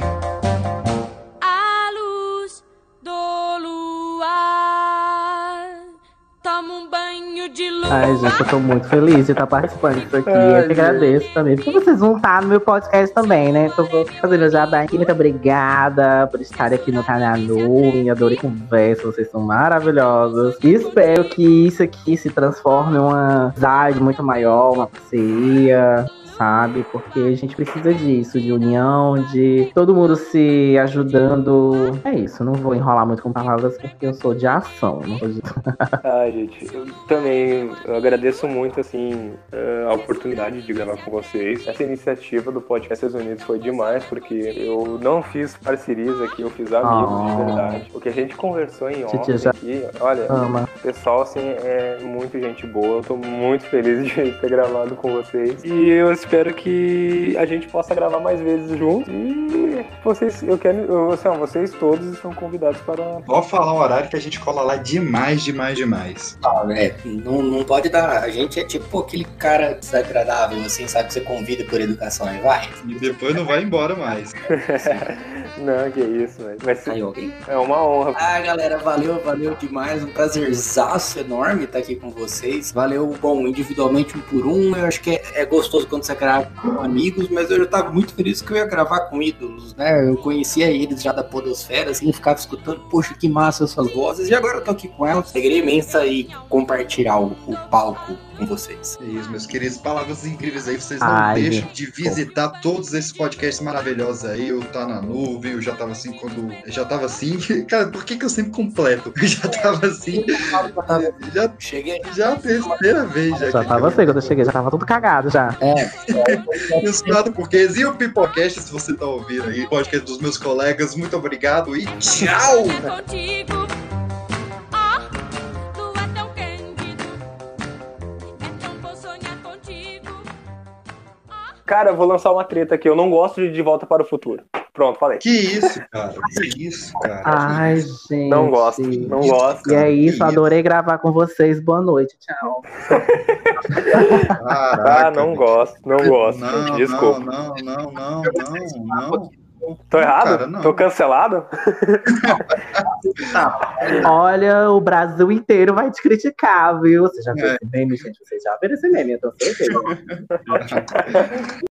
A luz do luar. Toma um banho de lua. Ai, gente, eu tô muito feliz de estar participando disso aqui. Eu te agradeço também. Porque vocês vão estar no meu podcast também, né? Então vou fazendo jabá aqui. Muito obrigada por estar aqui no Tá Na Nuvem. Adorei a conversa, vocês são maravilhosos. E espero que isso aqui se transforme em uma amizade muito maior, uma parceria, sabe? Porque a gente precisa disso, de união, de todo mundo se ajudando. É isso, não vou enrolar muito com palavras porque eu sou de ação, não sou de... Ai, gente, eu também agradeço muito, assim, a oportunidade de gravar com vocês. Essa iniciativa do Podcasters Unidos foi demais, porque eu não fiz parcerias aqui, eu fiz amigos de verdade. O que a gente conversou em off aqui, olha, o pessoal, assim, é muito gente boa. Eu tô muito feliz de ter gravado com vocês. E eu espero que a gente possa gravar mais vezes juntos. E vocês, vocês todos estão convidados para... Pode falar o horário que a gente cola lá demais. Não pode dar. A gente é tipo aquele cara desagradável, assim, sabe? Que você convida por educação e vai. E depois não vai embora mais. Não, que isso, velho. Mas Aí, alguém? é uma honra. Ah, galera, valeu demais. Um prazerzaço enorme estar aqui com vocês. Valeu, bom, individualmente um por um. Eu acho que é gostoso quando você grava com amigos, mas eu já tava muito feliz que eu ia gravar com ídolos, né? Eu conhecia eles já da podosfera, assim, ficava escutando, poxa, que massa essas vozes. E agora eu tô aqui com elas. Alegria imensa e compartilhar o palco com vocês. É isso, meus queridos. Palavras incríveis aí. Vocês não deixam de visitar todos esses podcasts maravilhosos aí. O Tá na Nuvem, eu já tava assim quando... Já tava assim... Cara, por que eu sempre completo? Eu já tava assim... Já cheguei. Já a terceira vez. Já tava assim, quando eu cheguei, já tava tudo cagado já. Meus quatro porquês e o Pipocast, se você tá ouvindo aí, podcast dos meus colegas. Muito obrigado e tchau! Cara, eu vou lançar uma treta aqui. Eu não gosto de Volta para o Futuro. Pronto, falei. Que isso, cara? Que isso, cara? Ai, gente. Não gosto, não gosto. E é isso, adorei gravar com vocês. Boa noite, tchau. Caraca, não gosto. Não, desculpa. Não. Tô errado? Cara, não. Tô cancelado? Olha, o Brasil inteiro vai te criticar, viu? Você já viu esse meme, gente? Vocês já viram esse meme, eu tô certeza.